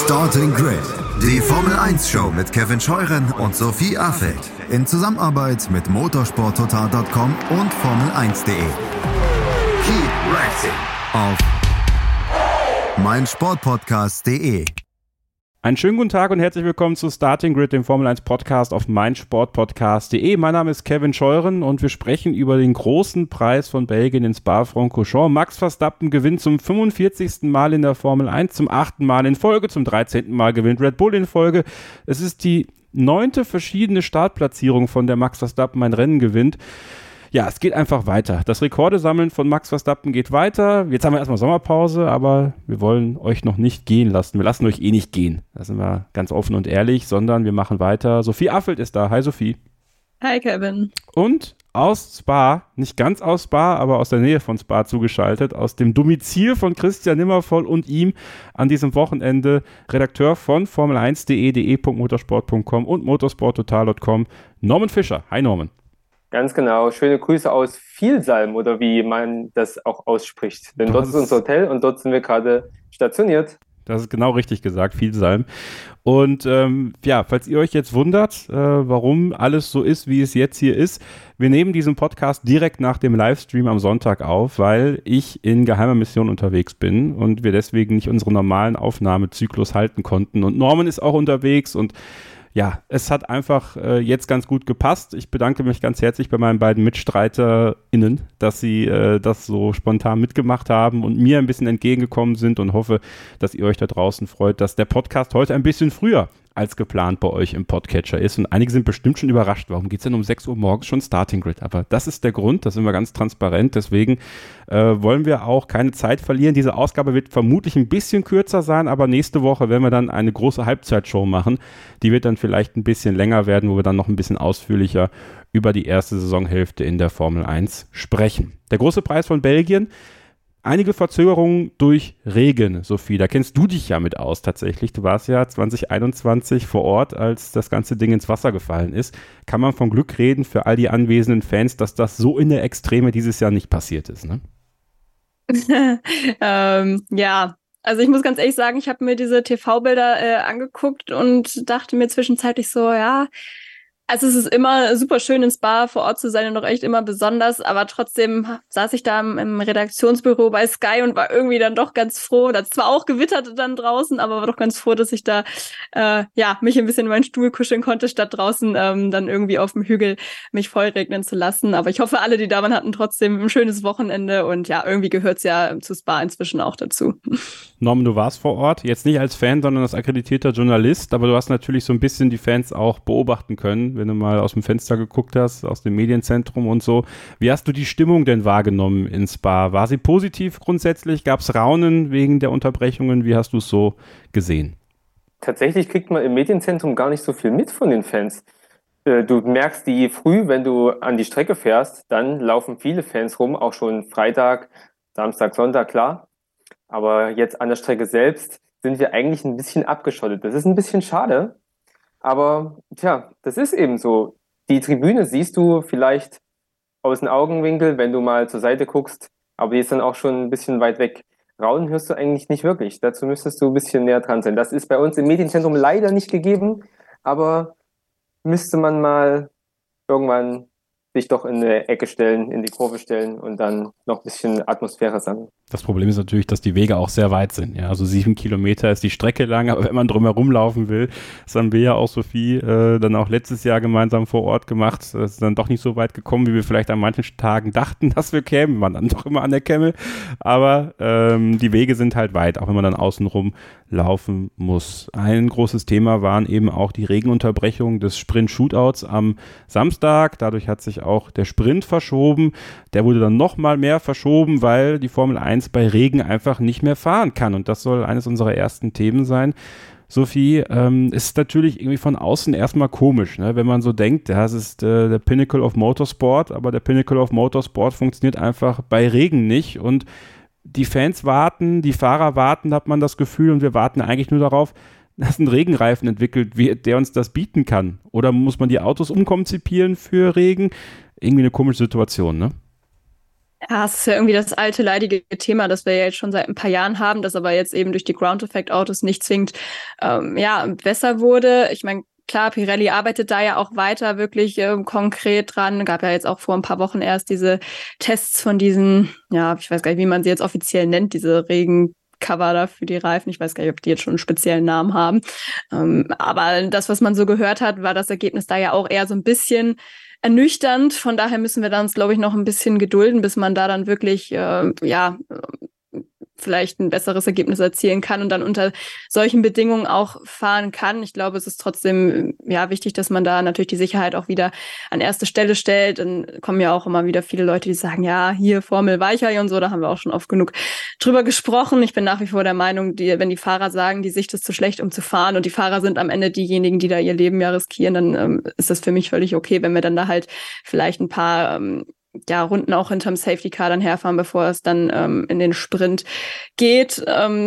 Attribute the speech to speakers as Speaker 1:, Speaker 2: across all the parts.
Speaker 1: Starting Grid, die Formel 1 Show mit Kevin Scheuren und Sophie Affeld in Zusammenarbeit mit motorsporttotal.com und Formel1.de. Keep racing auf meinsportpodcast.de.
Speaker 2: Einen schönen guten Tag und herzlich willkommen zu Starting Grid, dem Formel 1 Podcast auf meinsportpodcast.de. Mein Name ist Kevin Scheuren und wir sprechen über den großen Preis von Belgien in Spa-Francorchamps. Max Verstappen gewinnt zum 45. Mal in der Formel 1, zum 8. Mal in Folge, zum 13. Mal gewinnt Red Bull in Folge. Es ist die 9. verschiedene Startplatzierung, von der Max Verstappen ein Rennen gewinnt. Ja, es geht einfach weiter. Das Rekordesammeln von Max Verstappen geht weiter. Jetzt haben wir erstmal Sommerpause, aber wir wollen euch noch nicht gehen lassen. Wir lassen euch eh nicht gehen. Da sind wir ganz offen und ehrlich, sondern wir machen weiter. Sophie Affeld ist da. Hi Sophie.
Speaker 3: Hi Kevin.
Speaker 2: Und aus Spa, nicht ganz aus Spa, aber aus der Nähe von Spa zugeschaltet, aus dem Domizil von Christian Nimmervoll und ihm an diesem Wochenende, Redakteur von Formel1.de, de.motorsport.com und motorsporttotal.com, Norman Fischer. Hi Norman.
Speaker 4: Ganz genau. Schöne Grüße aus Vielsalm oder wie man das auch ausspricht. Denn dort ist unser Hotel und dort sind wir gerade stationiert.
Speaker 2: Das ist genau richtig gesagt, Vielsalm. Und falls ihr euch jetzt wundert, warum alles so ist, wie es jetzt hier ist, wir nehmen diesen Podcast direkt nach dem Livestream am Sonntag auf, weil ich in geheimer Mission unterwegs bin und wir deswegen nicht unseren normalen Aufnahmezyklus halten konnten. Und Norman ist auch unterwegs und ja, es hat einfach jetzt ganz gut gepasst. Ich bedanke mich ganz herzlich bei meinen beiden MitstreiterInnen, dass sie das so spontan mitgemacht haben und mir ein bisschen entgegengekommen sind und hoffe, dass ihr euch da draußen freut, dass der Podcast heute ein bisschen früher als geplant bei euch im Podcatcher ist. Und einige sind bestimmt schon überrascht. Warum geht es denn um 6 Uhr morgens schon Starting Grid? Aber das ist der Grund, da sind wir ganz transparent. Deswegen wollen wir auch keine Zeit verlieren. Diese Ausgabe wird vermutlich ein bisschen kürzer sein, aber nächste Woche werden wir dann eine große Halbzeitshow machen. Die wird dann vielleicht ein bisschen länger werden, wo wir dann noch ein bisschen ausführlicher über die erste Saisonhälfte in der Formel 1 sprechen. Der große Preis von Belgien. Einige Verzögerungen durch Regen, Sophie, da kennst du dich ja mit aus tatsächlich. Du warst ja 2021 vor Ort, als das ganze Ding ins Wasser gefallen ist. Kann man von Glück reden für all die anwesenden Fans, dass das so in der Extreme dieses Jahr nicht passiert ist, ne?
Speaker 3: Ja, also ich muss ganz ehrlich sagen, ich habe mir diese TV-Bilder angeguckt und dachte mir zwischenzeitlich so, ja, also es ist immer super schön, in Spa vor Ort zu sein und auch echt immer besonders, aber trotzdem saß ich da im Redaktionsbüro bei Sky und war irgendwie dann doch ganz froh, dass zwar auch gewitterte dann draußen, aber war doch ganz froh, dass ich da mich ein bisschen in meinen Stuhl kuscheln konnte, statt draußen dann irgendwie auf dem Hügel mich voll regnen zu lassen. Aber ich hoffe, alle, die da waren, hatten trotzdem ein schönes Wochenende und ja, irgendwie gehört es ja zu Spa inzwischen auch dazu.
Speaker 2: Norman, du warst vor Ort, jetzt nicht als Fan, sondern als akkreditierter Journalist, aber du hast natürlich so ein bisschen die Fans auch beobachten können, wenn du mal aus dem Fenster geguckt hast, aus dem Medienzentrum und so. Wie hast du die Stimmung denn wahrgenommen in Spa? War sie positiv grundsätzlich? Gab es Raunen wegen der Unterbrechungen? Wie hast du es so gesehen?
Speaker 4: Tatsächlich kriegt man im Medienzentrum gar nicht so viel mit von den Fans. Du merkst die früh, wenn du an die Strecke fährst, dann laufen viele Fans rum, auch schon Freitag, Samstag, Sonntag, klar. Aber jetzt an der Strecke selbst sind wir eigentlich ein bisschen abgeschottet. Das ist ein bisschen schade. Aber tja, das ist eben so. Die Tribüne siehst du vielleicht aus dem Augenwinkel, wenn du mal zur Seite guckst, aber die ist dann auch schon ein bisschen weit weg. Raunen hörst du eigentlich nicht wirklich. Dazu müsstest du ein bisschen näher dran sein. Das ist bei uns im Medienzentrum leider nicht gegeben, aber müsste man mal irgendwann sich doch in eine Ecke stellen, in die Kurve stellen und dann noch ein bisschen Atmosphäre sammeln.
Speaker 2: Das Problem ist natürlich, dass die Wege auch sehr weit sind. Ja, also 7 Kilometer ist die Strecke lang, aber wenn man drumherum laufen will, das haben wir ja auch, Sophie, dann auch letztes Jahr gemeinsam vor Ort gemacht. Das ist dann doch nicht so weit gekommen, wie wir vielleicht an manchen Tagen dachten, dass wir kämen. Wir waren dann doch immer an der Kemmel. Aber die Wege sind halt weit, auch wenn man dann außenrum laufen muss. Ein großes Thema waren eben auch die Regenunterbrechung des Sprint-Shootouts am Samstag. Dadurch hat sich auch der Sprint verschoben. Der wurde dann noch mal mehr verschoben, weil die Formel 1 bei Regen einfach nicht mehr fahren kann. Und das soll eines unserer ersten Themen sein. Sophie, ist natürlich irgendwie von außen erstmal komisch, ne? Wenn man so denkt, ja, es ist der Pinnacle of Motorsport, aber der Pinnacle of Motorsport funktioniert einfach bei Regen nicht. Und die Fans warten, die Fahrer warten, hat man das Gefühl, und wir warten eigentlich nur darauf, dass ein Regenreifen entwickelt wird, der uns das bieten kann. Oder muss man die Autos umkonzipieren für Regen? Irgendwie eine komische Situation, ne?
Speaker 3: Ja, es ist ja irgendwie das alte leidige Thema, das wir ja jetzt schon seit ein paar Jahren haben, das aber jetzt eben durch die Ground-Effect-Autos nicht zwingend besser wurde. Ich meine, klar, Pirelli arbeitet da ja auch weiter wirklich konkret dran. Gab ja jetzt auch vor ein paar Wochen erst diese Tests von diesen, ja, ich weiß gar nicht, wie man sie jetzt offiziell nennt, diese Regencover da für die Reifen. Ich weiß gar nicht, ob die jetzt schon einen speziellen Namen haben. Aber das, was man so gehört hat, war das Ergebnis da ja auch eher so ein bisschen ernüchternd. Von daher müssen wir uns, glaube ich, noch ein bisschen gedulden, bis man da dann wirklich, vielleicht ein besseres Ergebnis erzielen kann und dann unter solchen Bedingungen auch fahren kann. Ich glaube, es ist trotzdem wichtig, dass man da natürlich die Sicherheit auch wieder an erste Stelle stellt. Dann kommen ja auch immer wieder viele Leute, die sagen, ja, hier Formel Weichei und so, da haben wir auch schon oft genug drüber gesprochen. Ich bin nach wie vor der Meinung, wenn die Fahrer sagen, die Sicht ist zu schlecht, um zu fahren und die Fahrer sind am Ende diejenigen, die da ihr Leben ja riskieren, dann ist das für mich völlig okay, wenn wir dann da halt vielleicht ein paar Runden auch hinterm Safety Car dann herfahren, bevor es dann in den Sprint geht.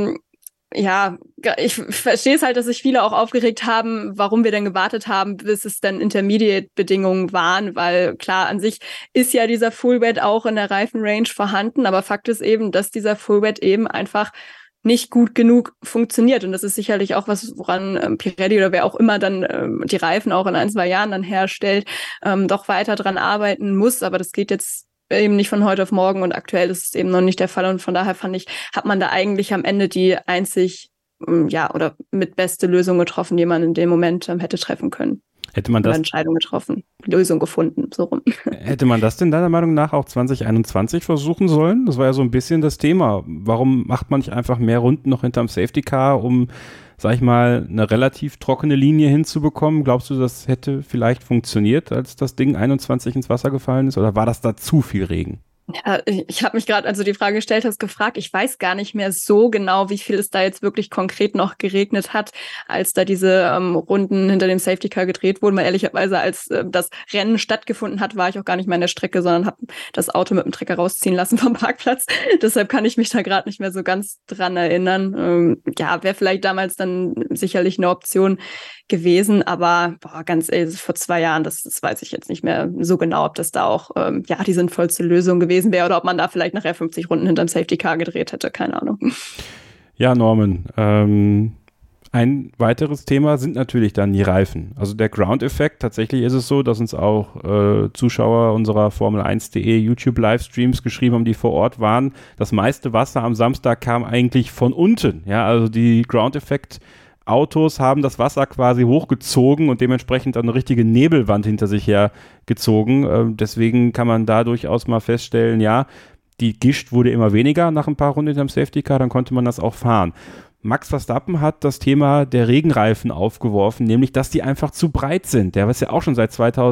Speaker 3: Ich verstehe es halt, dass sich viele auch aufgeregt haben, warum wir denn gewartet haben, bis es dann Intermediate-Bedingungen waren, weil klar, an sich ist ja dieser Full-Wet auch in der Reifenrange vorhanden, aber Fakt ist eben, dass dieser Full-Wet eben einfach nicht gut genug funktioniert. Und das ist sicherlich auch was, woran Pirelli oder wer auch immer dann die Reifen auch in 1-2 Jahren dann herstellt, doch weiter dran arbeiten muss. Aber das geht jetzt eben nicht von heute auf morgen und aktuell ist es eben noch nicht der Fall. Und von daher fand ich, hat man da eigentlich am Ende die einzig oder mit beste Lösung getroffen, die man in dem Moment hätte treffen können.
Speaker 2: Hätte man das
Speaker 3: Entscheidung getroffen, Lösung gefunden, so rum.
Speaker 2: Hätte man das denn deiner Meinung nach auch 2021 versuchen sollen? Das war ja so ein bisschen das Thema. Warum macht man nicht einfach mehr Runden noch hinterm Safety Car, um, sag ich mal, eine relativ trockene Linie hinzubekommen? Glaubst du, das hätte vielleicht funktioniert, als das Ding 21 ins Wasser gefallen ist? Oder war das da zu viel Regen?
Speaker 3: Ja, ich habe mich gerade, als du die Frage gestellt hast, gefragt. Ich weiß gar nicht mehr so genau, wie viel es da jetzt wirklich konkret noch geregnet hat, als da diese Runden hinter dem Safety Car gedreht wurden. Weil ehrlicherweise, als das Rennen stattgefunden hat, war ich auch gar nicht mehr in der Strecke, sondern habe das Auto mit dem Trecker rausziehen lassen vom Parkplatz. Deshalb kann ich mich da gerade nicht mehr so ganz dran erinnern. Wäre vielleicht damals dann sicherlich eine Option gewesen, aber ganz ehrlich, vor 2 Jahren, das weiß ich jetzt nicht mehr so genau, ob das da auch die sinnvollste Lösung gewesen wäre oder ob man da vielleicht nachher 50 Runden hinterm Safety Car gedreht hätte, keine Ahnung.
Speaker 2: Ja, Norman, ein weiteres Thema sind natürlich dann die Reifen. Also der Ground-Effekt, tatsächlich ist es so, dass uns auch Zuschauer unserer Formel1.de YouTube-Livestreams geschrieben haben, die vor Ort waren. Das meiste Wasser am Samstag kam eigentlich von unten. Ja, also die Ground-Effekt Autos haben das Wasser quasi hochgezogen und dementsprechend eine richtige Nebelwand hinter sich hergezogen. Deswegen kann man da durchaus mal feststellen, ja, die Gischt wurde immer weniger nach ein paar Runden hinterm Safety Car, dann konnte man das auch fahren. Max Verstappen hat das Thema der Regenreifen aufgeworfen, nämlich, dass die einfach zu breit sind. Der ist ja auch schon seit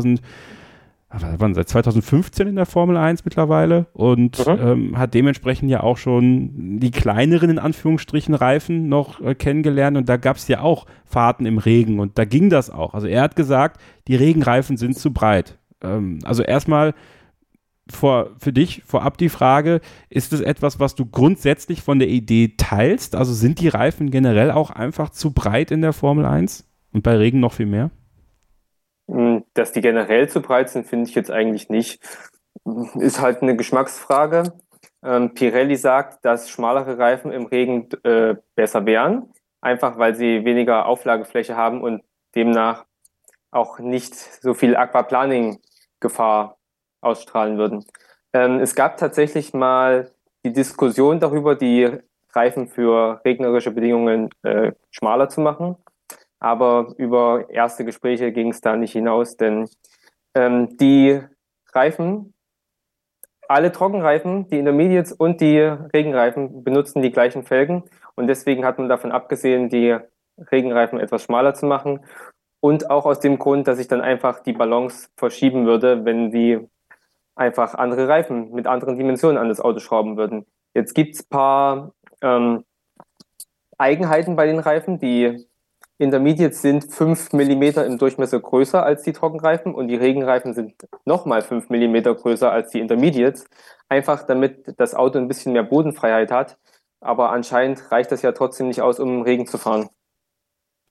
Speaker 2: 2015 in der Formel 1 mittlerweile und hat dementsprechend ja auch schon die kleineren, in Anführungsstrichen, Reifen noch kennengelernt und da gab es ja auch Fahrten im Regen und da ging das auch. Also er hat gesagt, die Regenreifen sind zu breit. Also erstmal für dich vorab die Frage, ist es etwas, was du grundsätzlich von der Idee teilst? Also sind die Reifen generell auch einfach zu breit in der Formel 1 und bei Regen noch viel mehr?
Speaker 4: Dass die generell zu breit sind, finde ich jetzt eigentlich nicht. Ist halt eine Geschmacksfrage. Pirelli sagt, dass schmalere Reifen im Regen besser wären, einfach weil sie weniger Auflagefläche haben und demnach auch nicht so viel Aquaplaning-Gefahr ausstrahlen würden. Es gab tatsächlich mal die Diskussion darüber, die Reifen für regnerische Bedingungen schmaler zu machen. Aber über erste Gespräche ging es da nicht hinaus, denn die Reifen, alle Trockenreifen, die Intermediates und die Regenreifen benutzen die gleichen Felgen und deswegen hat man davon abgesehen, die Regenreifen etwas schmaler zu machen und auch aus dem Grund, dass sich dann einfach die Balance verschieben würde, wenn sie einfach andere Reifen mit anderen Dimensionen an das Auto schrauben würden. Jetzt gibt's ein paar Eigenheiten bei den Reifen, die Intermediates sind 5 mm im Durchmesser größer als die Trockenreifen und die Regenreifen sind nochmal 5 mm größer als die Intermediates. Einfach damit das Auto ein bisschen mehr Bodenfreiheit hat. Aber anscheinend reicht das ja trotzdem nicht aus, um im Regen zu fahren.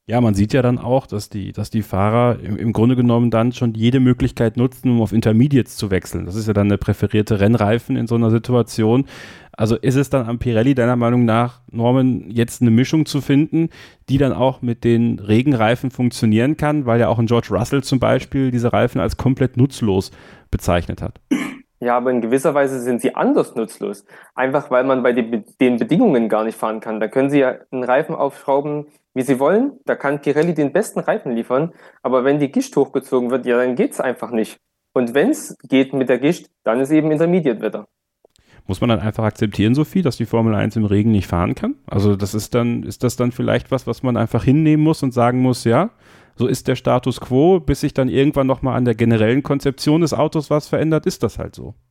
Speaker 2: Ja, man sieht ja dann auch, dass die Fahrer im Grunde genommen dann schon jede Möglichkeit nutzen, um auf Intermediates zu wechseln. Das ist ja dann eine präferierte Rennreifen in so einer Situation. Also ist es dann am Pirelli deiner Meinung nach, Norman, jetzt eine Mischung zu finden, die dann auch mit den Regenreifen funktionieren kann, weil ja auch ein George Russell zum Beispiel diese Reifen als komplett nutzlos bezeichnet hat?
Speaker 4: Ja, aber in gewisser Weise sind sie anders nutzlos. Einfach weil man bei den Bedingungen gar nicht fahren kann. Da können sie ja einen Reifen aufschrauben, wie sie wollen. Da kann Pirelli den besten Reifen liefern. Aber wenn die Gischt hochgezogen wird, ja, dann geht's einfach nicht. Und wenn es geht mit der Gischt, dann ist eben Intermediate-Wetter.
Speaker 2: Muss man dann einfach akzeptieren, Sophie, dass die Formel 1 im Regen nicht fahren kann? Also ist das dann vielleicht was man einfach hinnehmen muss und sagen muss, ja, so ist der Status quo, bis sich dann irgendwann nochmal an der generellen Konzeption des Autos was verändert, ist das halt so.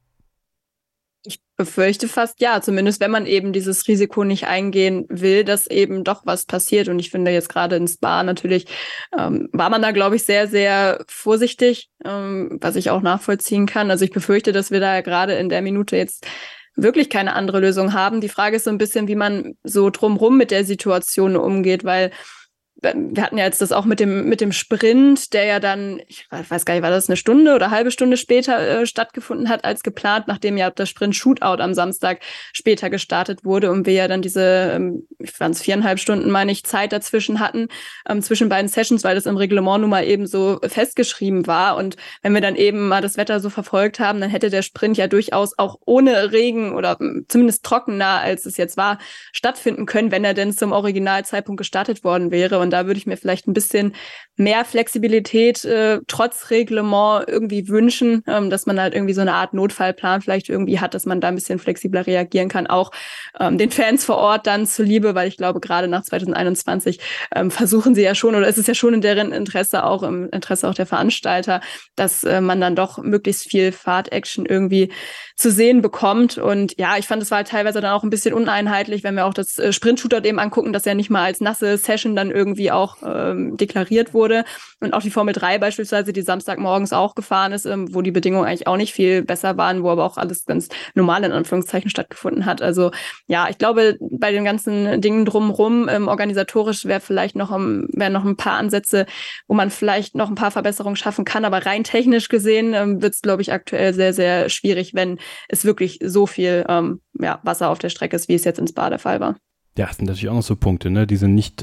Speaker 3: Ich befürchte fast ja, zumindest wenn man eben dieses Risiko nicht eingehen will, dass eben doch was passiert. Und ich finde jetzt gerade in Spa natürlich war man da, glaube ich, sehr, sehr vorsichtig, was ich auch nachvollziehen kann. Also ich befürchte, dass wir da gerade in der Minute jetzt wirklich keine andere Lösung haben. Die Frage ist so ein bisschen, wie man so drumrum mit der Situation umgeht, weil wir hatten ja jetzt das auch mit dem Sprint, der ja dann, ich weiß gar nicht, war das eine Stunde oder eine halbe Stunde später stattgefunden hat als geplant, nachdem ja das Sprint-Shootout am Samstag später gestartet wurde und wir ja dann diese, ich fand es 4,5 Stunden, meine ich, Zeit dazwischen hatten, zwischen beiden Sessions, weil das im Reglement nun mal eben so festgeschrieben war. Und wenn wir dann eben mal das Wetter so verfolgt haben, dann hätte der Sprint ja durchaus auch ohne Regen oder zumindest trockener, als es jetzt war, stattfinden können, wenn er denn zum Originalzeitpunkt gestartet worden wäre. Und da würde ich mir vielleicht ein bisschen mehr Flexibilität trotz Reglement irgendwie wünschen, dass man halt irgendwie so eine Art Notfallplan vielleicht irgendwie hat, dass man da ein bisschen flexibler reagieren kann, auch den Fans vor Ort dann zuliebe, weil ich glaube, gerade nach 2021 versuchen sie ja schon, oder ist es ja schon in deren Interesse, auch im Interesse auch der Veranstalter, dass man dann doch möglichst viel Fahrt-Action irgendwie zu sehen bekommt. Und ja, ich fand, es war halt teilweise dann auch ein bisschen uneinheitlich, wenn wir auch das Sprint-Shootout eben angucken, dass ja nicht mal als nasse Session dann irgendwie auch deklariert wurde. Und auch die Formel 3 beispielsweise, die Samstagmorgens auch gefahren ist, wo die Bedingungen eigentlich auch nicht viel besser waren, wo aber auch alles ganz normal in Anführungszeichen stattgefunden hat. Also ja, ich glaube, bei den ganzen Dingen drumherum, organisatorisch wären noch ein paar Ansätze, wo man vielleicht noch ein paar Verbesserungen schaffen kann. Aber rein technisch gesehen wird es, glaube ich, aktuell sehr, sehr schwierig, wenn es wirklich so viel Wasser auf der Strecke ist, wie es jetzt in Spa der Fall war.
Speaker 2: Ja, das sind natürlich auch noch so Punkte, ne? Diese nicht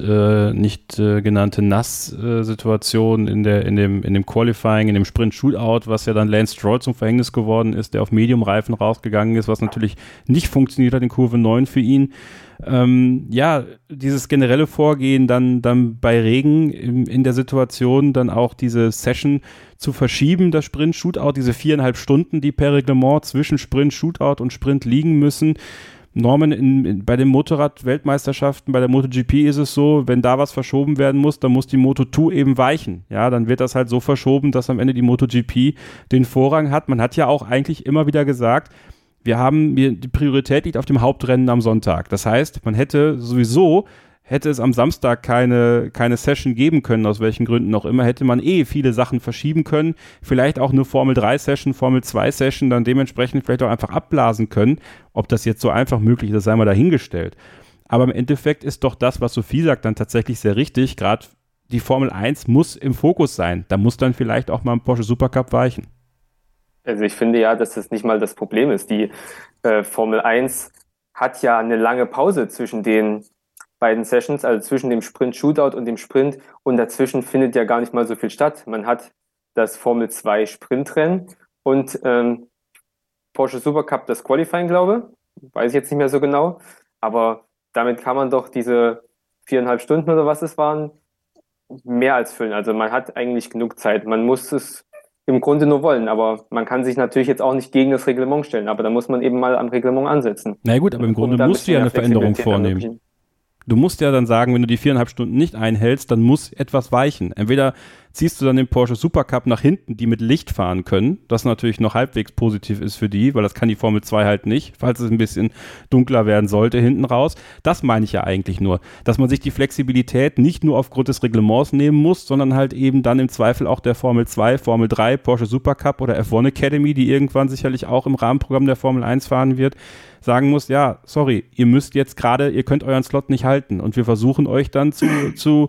Speaker 2: genannte Nass-Situation in dem Qualifying, in dem Sprint-Shootout, was ja dann Lance Stroll zum Verhängnis geworden ist, der auf Medium-Reifen rausgegangen ist, was natürlich nicht funktioniert hat in Kurve 9 für ihn. Dieses generelle Vorgehen dann bei Regen in der Situation dann auch diese Session zu verschieben, das Sprint-Shootout, diese 4,5 Stunden, die per Reglement zwischen Sprint-Shootout und Sprint liegen müssen. Norman, bei den Motorrad-Weltmeisterschaften, bei der MotoGP ist es so, wenn da was verschoben werden muss, dann muss die Moto2 eben weichen. Ja, dann wird das halt so verschoben, dass am Ende die MotoGP den Vorrang hat. Man hat ja auch eigentlich immer wieder gesagt, die Priorität liegt auf dem Hauptrennen am Sonntag. Das heißt, man hätte es am Samstag keine Session geben können, aus welchen Gründen auch immer, hätte man viele Sachen verschieben können, vielleicht auch eine Formel 3 Session, Formel 2 Session dann dementsprechend vielleicht auch einfach abblasen können. Ob das jetzt so einfach möglich ist, das sei mal dahingestellt. Aber im Endeffekt ist doch das, was Sophie sagt, dann tatsächlich sehr richtig. Gerade die Formel 1 muss im Fokus sein. Da muss dann vielleicht auch mal ein Porsche Supercup weichen.
Speaker 4: Also ich finde ja, dass das nicht mal das Problem ist. Die Formel 1 hat ja eine lange Pause zwischen den beiden Sessions, also zwischen dem Sprint-Shootout und dem Sprint, und dazwischen findet ja gar nicht mal so viel statt. Man hat das Formel 2 Sprintrennen und Porsche Supercup das Qualifying, glaube ich. Weiß ich jetzt nicht mehr so genau, aber damit kann man doch diese 4,5 Stunden oder was es waren, mehr als füllen. Also man hat eigentlich genug Zeit. Man muss es im Grunde nur wollen, aber man kann sich natürlich jetzt auch nicht gegen das Reglement stellen, aber da muss man eben mal am Reglement ansetzen.
Speaker 2: Na gut, aber im Grunde musst du ja eine Veränderung vornehmen. Du musst ja dann sagen, wenn du die 4,5 Stunden nicht einhältst, dann muss etwas weichen. Entweder ziehst du dann den Porsche Supercup nach hinten, die mit Licht fahren können, das natürlich noch halbwegs positiv ist für die, weil das kann die Formel 2 halt nicht, falls es ein bisschen dunkler werden sollte hinten raus. Das meine ich ja eigentlich nur, dass man sich die Flexibilität nicht nur aufgrund des Reglements nehmen muss, sondern halt eben dann im Zweifel auch der Formel 2, Formel 3, Porsche Supercup oder F1 Academy, die irgendwann sicherlich auch im Rahmenprogramm der Formel 1 fahren wird, sagen muss, ja, sorry, ihr könnt euren Slot nicht halten und wir versuchen euch dann zu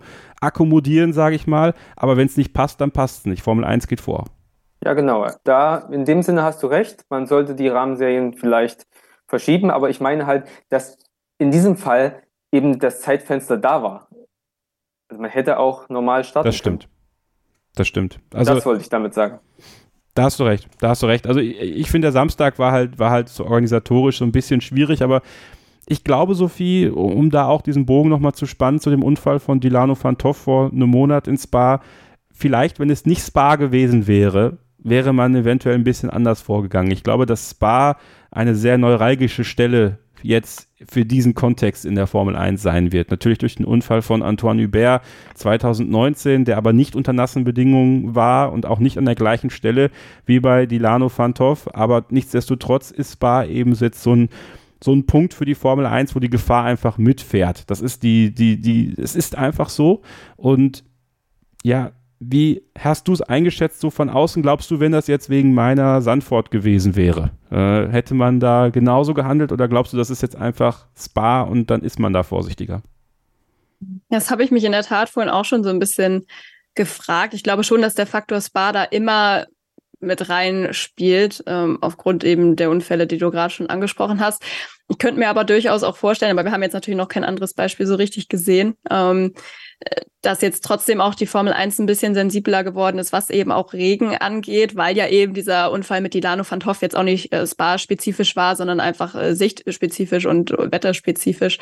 Speaker 2: akkommodieren, sage ich mal. Aber wenn es nicht passt, dann passt es nicht. Formel 1 geht vor.
Speaker 4: Ja, genau. Da, in dem Sinne hast du recht. Man sollte die Rahmenserien vielleicht verschieben. Aber ich meine halt, dass in diesem Fall eben das Zeitfenster da war. Also man hätte auch normal starten können.
Speaker 2: Das stimmt. Also,
Speaker 4: das wollte ich damit sagen.
Speaker 2: Da hast du recht. Also ich finde, der Samstag war halt so organisatorisch so ein bisschen schwierig, aber ich glaube, Sophie, um da auch diesen Bogen nochmal zu spannen zu dem Unfall von Dilano van 't Hoff vor einem Monat in Spa, vielleicht, wenn es nicht Spa gewesen wäre, wäre man eventuell ein bisschen anders vorgegangen. Ich glaube, dass Spa eine sehr neuralgische Stelle jetzt für diesen Kontext in der Formel 1 sein wird. Natürlich durch den Unfall von Antoine Hubert 2019, der aber nicht unter nassen Bedingungen war und auch nicht an der gleichen Stelle wie bei Dilano van 't Hoff, aber nichtsdestotrotz ist Spa eben jetzt so ein Punkt für die Formel 1, wo die Gefahr einfach mitfährt. Das ist es ist einfach so. Und ja, wie hast du es eingeschätzt, so von außen? Glaubst du, wenn das jetzt wegen meiner Sandford gewesen wäre, hätte man da genauso gehandelt oder glaubst du, das ist jetzt einfach Spa und dann ist man da vorsichtiger?
Speaker 3: Das habe ich mich in der Tat vorhin auch schon so ein bisschen gefragt. Ich glaube schon, dass der Faktor Spa da immer mit rein spielt, aufgrund eben der Unfälle, die du gerade schon angesprochen hast. Ich könnte mir aber durchaus auch vorstellen, aber wir haben jetzt natürlich noch kein anderes Beispiel so richtig gesehen, dass jetzt trotzdem auch die Formel 1 ein bisschen sensibler geworden ist, was eben auch Regen angeht, weil ja eben dieser Unfall mit Dilano van 't Hoff jetzt auch nicht Spa-spezifisch war, sondern einfach sichtspezifisch und wetterspezifisch.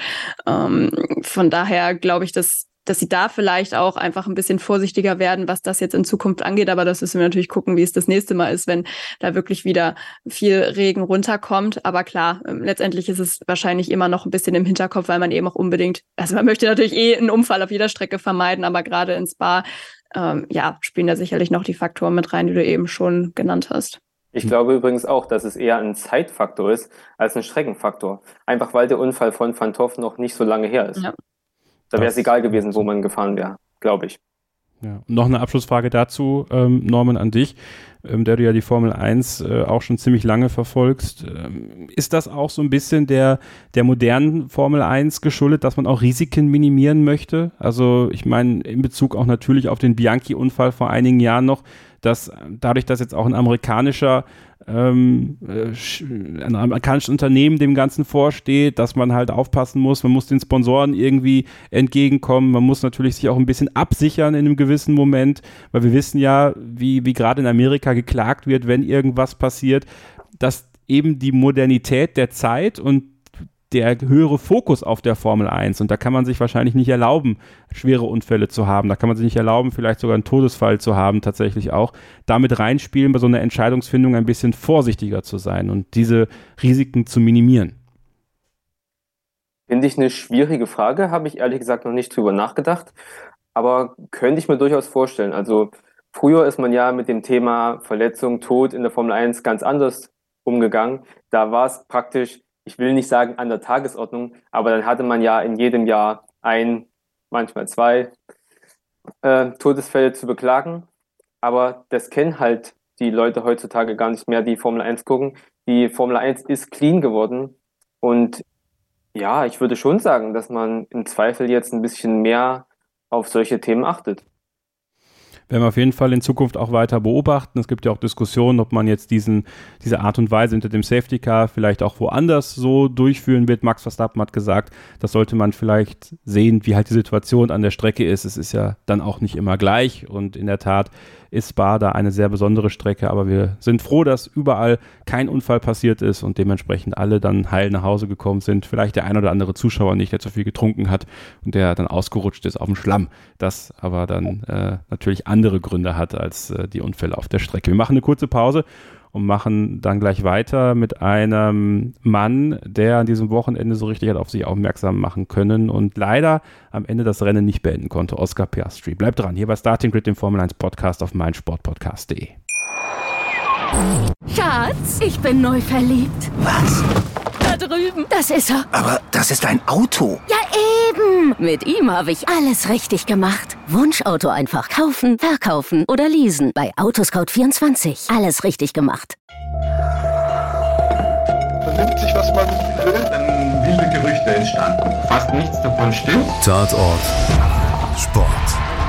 Speaker 3: Von daher glaube ich, dass sie da vielleicht auch einfach ein bisschen vorsichtiger werden, was das jetzt in Zukunft angeht. Aber das müssen wir natürlich gucken, wie es das nächste Mal ist, wenn da wirklich wieder viel Regen runterkommt. Aber klar, letztendlich ist es wahrscheinlich immer noch ein bisschen im Hinterkopf, weil man eben auch unbedingt, also man möchte natürlich einen Unfall auf jeder Strecke vermeiden, aber gerade in Spa, spielen da sicherlich noch die Faktoren mit rein, die du eben schon genannt hast.
Speaker 4: Ich glaube übrigens auch, dass es eher ein Zeitfaktor ist als ein Streckenfaktor. Einfach weil der Unfall von van 't Hoff noch nicht so lange her ist. Ja. Da wäre es egal gewesen, wo man gefahren wäre, glaube ich.
Speaker 2: Ja. Und noch eine Abschlussfrage dazu, Norman, an dich, der du ja die Formel 1 auch schon ziemlich lange verfolgst. Ist das auch so ein bisschen der modernen Formel 1 geschuldet, dass man auch Risiken minimieren möchte? Also ich meine, in Bezug auch natürlich auf den Bianchi-Unfall vor einigen Jahren noch, dass dadurch, dass jetzt auch ein amerikanisches Unternehmen dem Ganzen vorsteht, dass man halt aufpassen muss, man muss den Sponsoren irgendwie entgegenkommen, man muss natürlich sich auch ein bisschen absichern in einem gewissen Moment, weil wir wissen ja, wie gerade in Amerika geklagt wird, wenn irgendwas passiert, dass eben die Modernität der Zeit und der höhere Fokus auf der Formel 1 und da kann man sich wahrscheinlich nicht erlauben, schwere Unfälle zu haben, da kann man sich nicht erlauben, vielleicht sogar einen Todesfall zu haben, tatsächlich auch, damit reinspielen, bei so einer Entscheidungsfindung ein bisschen vorsichtiger zu sein und diese Risiken zu minimieren.
Speaker 4: Finde ich eine schwierige Frage, habe ich ehrlich gesagt noch nicht drüber nachgedacht, aber könnte ich mir durchaus vorstellen. Also früher ist man ja mit dem Thema Verletzung, Tod in der Formel 1 ganz anders umgegangen, da war es praktisch, ich will nicht sagen an der Tagesordnung, aber dann hatte man ja in jedem Jahr manchmal 2 Todesfälle zu beklagen. Aber das kennen halt die Leute heutzutage gar nicht mehr, die Formel 1 gucken. Die Formel 1 ist clean geworden. Und ja, ich würde schon sagen, dass man im Zweifel jetzt ein bisschen mehr auf solche Themen achtet.
Speaker 2: Werden wir auf jeden Fall in Zukunft auch weiter beobachten. Es gibt ja auch Diskussionen, ob man jetzt diese Art und Weise hinter dem Safety Car vielleicht auch woanders so durchführen wird. Max Verstappen hat gesagt, das sollte man vielleicht sehen, wie halt die Situation an der Strecke ist. Es ist ja dann auch nicht immer gleich und in der Tat ist Spa da eine sehr besondere Strecke, aber wir sind froh, dass überall kein Unfall passiert ist und dementsprechend alle dann heil nach Hause gekommen sind. Vielleicht der ein oder andere Zuschauer nicht, der zu viel getrunken hat und der dann ausgerutscht ist auf dem Schlamm. Das aber dann natürlich andere Gründe hat als die Unfälle auf der Strecke. Wir machen eine kurze Pause und machen dann gleich weiter mit einem Mann, der an diesem Wochenende so richtig hat auf sich aufmerksam machen können und leider am Ende das Rennen nicht beenden konnte, Oscar Piastri. Bleibt dran, hier bei Starting Grid, dem Formel 1 Podcast auf meinsportpodcast.de.
Speaker 5: Schatz, ich bin neu verliebt.
Speaker 6: Was?
Speaker 5: Da drüben. Das ist er.
Speaker 6: Aber das ist ein Auto.
Speaker 5: Ja, eben. Mit ihm habe ich alles richtig gemacht. Wunschauto einfach kaufen, verkaufen oder leasen. Bei Autoscout24. Alles richtig gemacht.
Speaker 7: Man nimmt sich, was man will. Dann wilde Gerüchte entstanden. Fast nichts davon stimmt.
Speaker 1: Tatort Sport.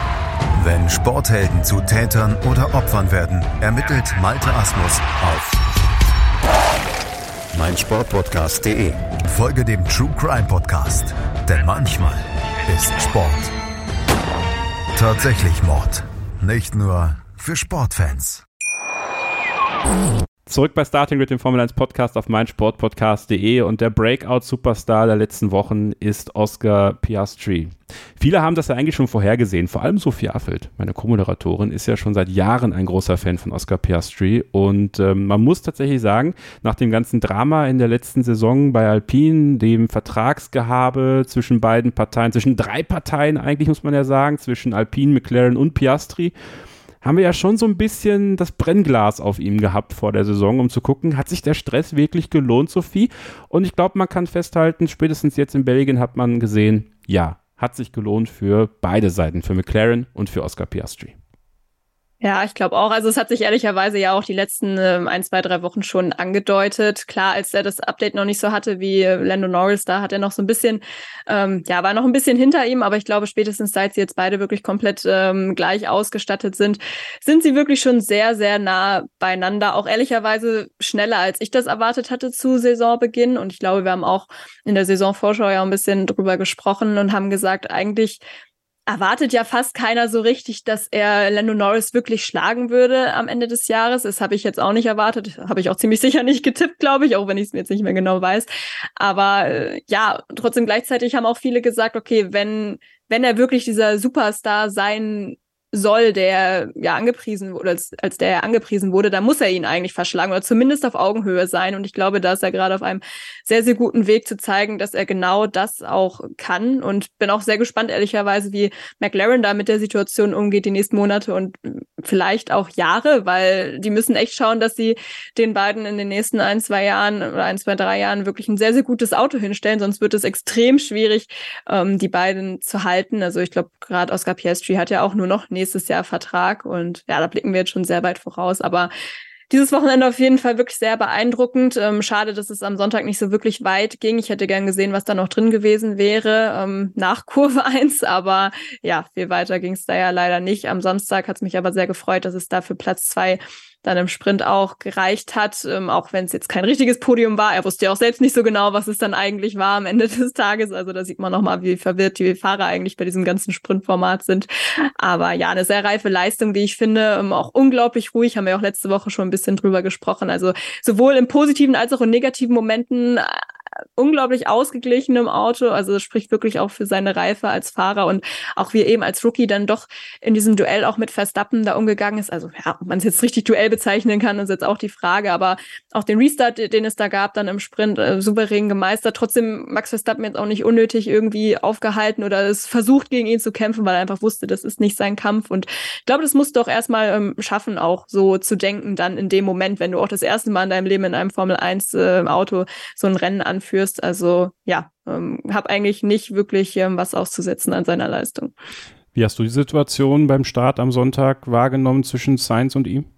Speaker 1: Wenn Sporthelden zu Tätern oder Opfern werden, ermittelt Malte Asmus auf meinsportpodcast.de. Folge dem True Crime Podcast, denn manchmal ist Sport tatsächlich Mord. Nicht nur für Sportfans.
Speaker 2: Zurück bei Starting mit dem Formel 1 Podcast auf meinsportpodcast.de und der Breakout-Superstar der letzten Wochen ist Oscar Piastri. Viele haben das ja eigentlich schon vorhergesehen, vor allem Sophie Affelt, meine Co-Moderatorin, ist ja schon seit Jahren ein großer Fan von Oscar Piastri und man muss tatsächlich sagen, nach dem ganzen Drama in der letzten Saison bei Alpine, dem Vertragsgehabe zwischen beiden Parteien, zwischen 3 Parteien eigentlich muss man ja sagen, zwischen Alpine, McLaren und Piastri, haben wir ja schon so ein bisschen das Brennglas auf ihm gehabt vor der Saison, um zu gucken, hat sich der Stress wirklich gelohnt, Sophie? Und ich glaube, man kann festhalten, spätestens jetzt in Belgien hat man gesehen, ja, hat sich gelohnt für beide Seiten, für McLaren und für Oscar Piastri.
Speaker 3: Ja, ich glaube auch. Also es hat sich ehrlicherweise ja auch die letzten 1, 2, 3 Wochen schon angedeutet. Klar, als er das Update noch nicht so hatte wie Lando Norris, da hat er noch so ein bisschen, war noch ein bisschen hinter ihm. Aber ich glaube, spätestens seit sie jetzt beide wirklich komplett gleich ausgestattet sind sie wirklich schon sehr, sehr nah beieinander. Auch ehrlicherweise schneller, als ich das erwartet hatte zu Saisonbeginn. Und ich glaube, wir haben auch in der Saisonvorschau ja ein bisschen drüber gesprochen und haben gesagt, eigentlich erwartet ja fast keiner so richtig, dass er Lando Norris wirklich schlagen würde am Ende des Jahres. Das habe ich jetzt auch nicht erwartet. Habe ich auch ziemlich sicher nicht getippt, glaube ich, auch wenn ich es mir jetzt nicht mehr genau weiß. Aber trotzdem gleichzeitig haben auch viele gesagt, okay, wenn er wirklich dieser Superstar sein soll, der ja angepriesen wurde, als der er angepriesen wurde, dann muss er ihn eigentlich verschlagen oder zumindest auf Augenhöhe sein. Und ich glaube, da ist er gerade auf einem sehr, sehr guten Weg zu zeigen, dass er genau das auch kann. Und bin auch sehr gespannt, ehrlicherweise, wie McLaren da mit der Situation umgeht die nächsten Monate und vielleicht auch Jahre, weil die müssen echt schauen, dass sie den beiden in den nächsten 1, 2 Jahren oder 1, 2, 3 Jahren wirklich ein sehr, sehr gutes Auto hinstellen. Sonst wird es extrem schwierig, die beiden zu halten. Also ich glaube, gerade Oscar Piastri hat ja auch nur noch nächstes Jahr Vertrag und ja, da blicken wir jetzt schon sehr weit voraus, aber dieses Wochenende auf jeden Fall wirklich sehr beeindruckend. Schade, dass es am Sonntag nicht so wirklich weit ging. Ich hätte gern gesehen, was da noch drin gewesen wäre nach Kurve 1, aber ja, viel weiter ging es da ja leider nicht. Am Samstag hat es mich aber sehr gefreut, dass es da für Platz 2 dann im Sprint auch gereicht hat, auch wenn es jetzt kein richtiges Podium war. Er wusste ja auch selbst nicht so genau, was es dann eigentlich war am Ende des Tages. Also da sieht man nochmal, wie verwirrt die Fahrer eigentlich bei diesem ganzen Sprintformat sind. Aber ja, eine sehr reife Leistung, wie ich finde, auch unglaublich ruhig. Haben wir auch letzte Woche schon ein bisschen drüber gesprochen. Also sowohl in positiven als auch in negativen Momenten unglaublich ausgeglichen im Auto, also das spricht wirklich auch für seine Reife als Fahrer und auch wie er eben als Rookie dann doch in diesem Duell auch mit Verstappen da umgegangen ist. Also ja, ob man es jetzt richtig Duell bezeichnen kann, ist jetzt auch die Frage, aber auch den Restart, den es da gab, dann im Sprint souverän gemeistert. Trotzdem Max Verstappen jetzt auch nicht unnötig irgendwie aufgehalten oder es versucht, gegen ihn zu kämpfen, weil er einfach wusste, das ist nicht sein Kampf und ich glaube, das musst du auch erstmal schaffen, auch so zu denken dann in dem Moment, wenn du auch das erste Mal in deinem Leben in einem Formel 1 Auto so ein Rennen anführst. Also ja, habe eigentlich nicht wirklich was auszusetzen an seiner Leistung.
Speaker 2: Wie hast du die Situation beim Start am Sonntag wahrgenommen zwischen Sainz und ihm?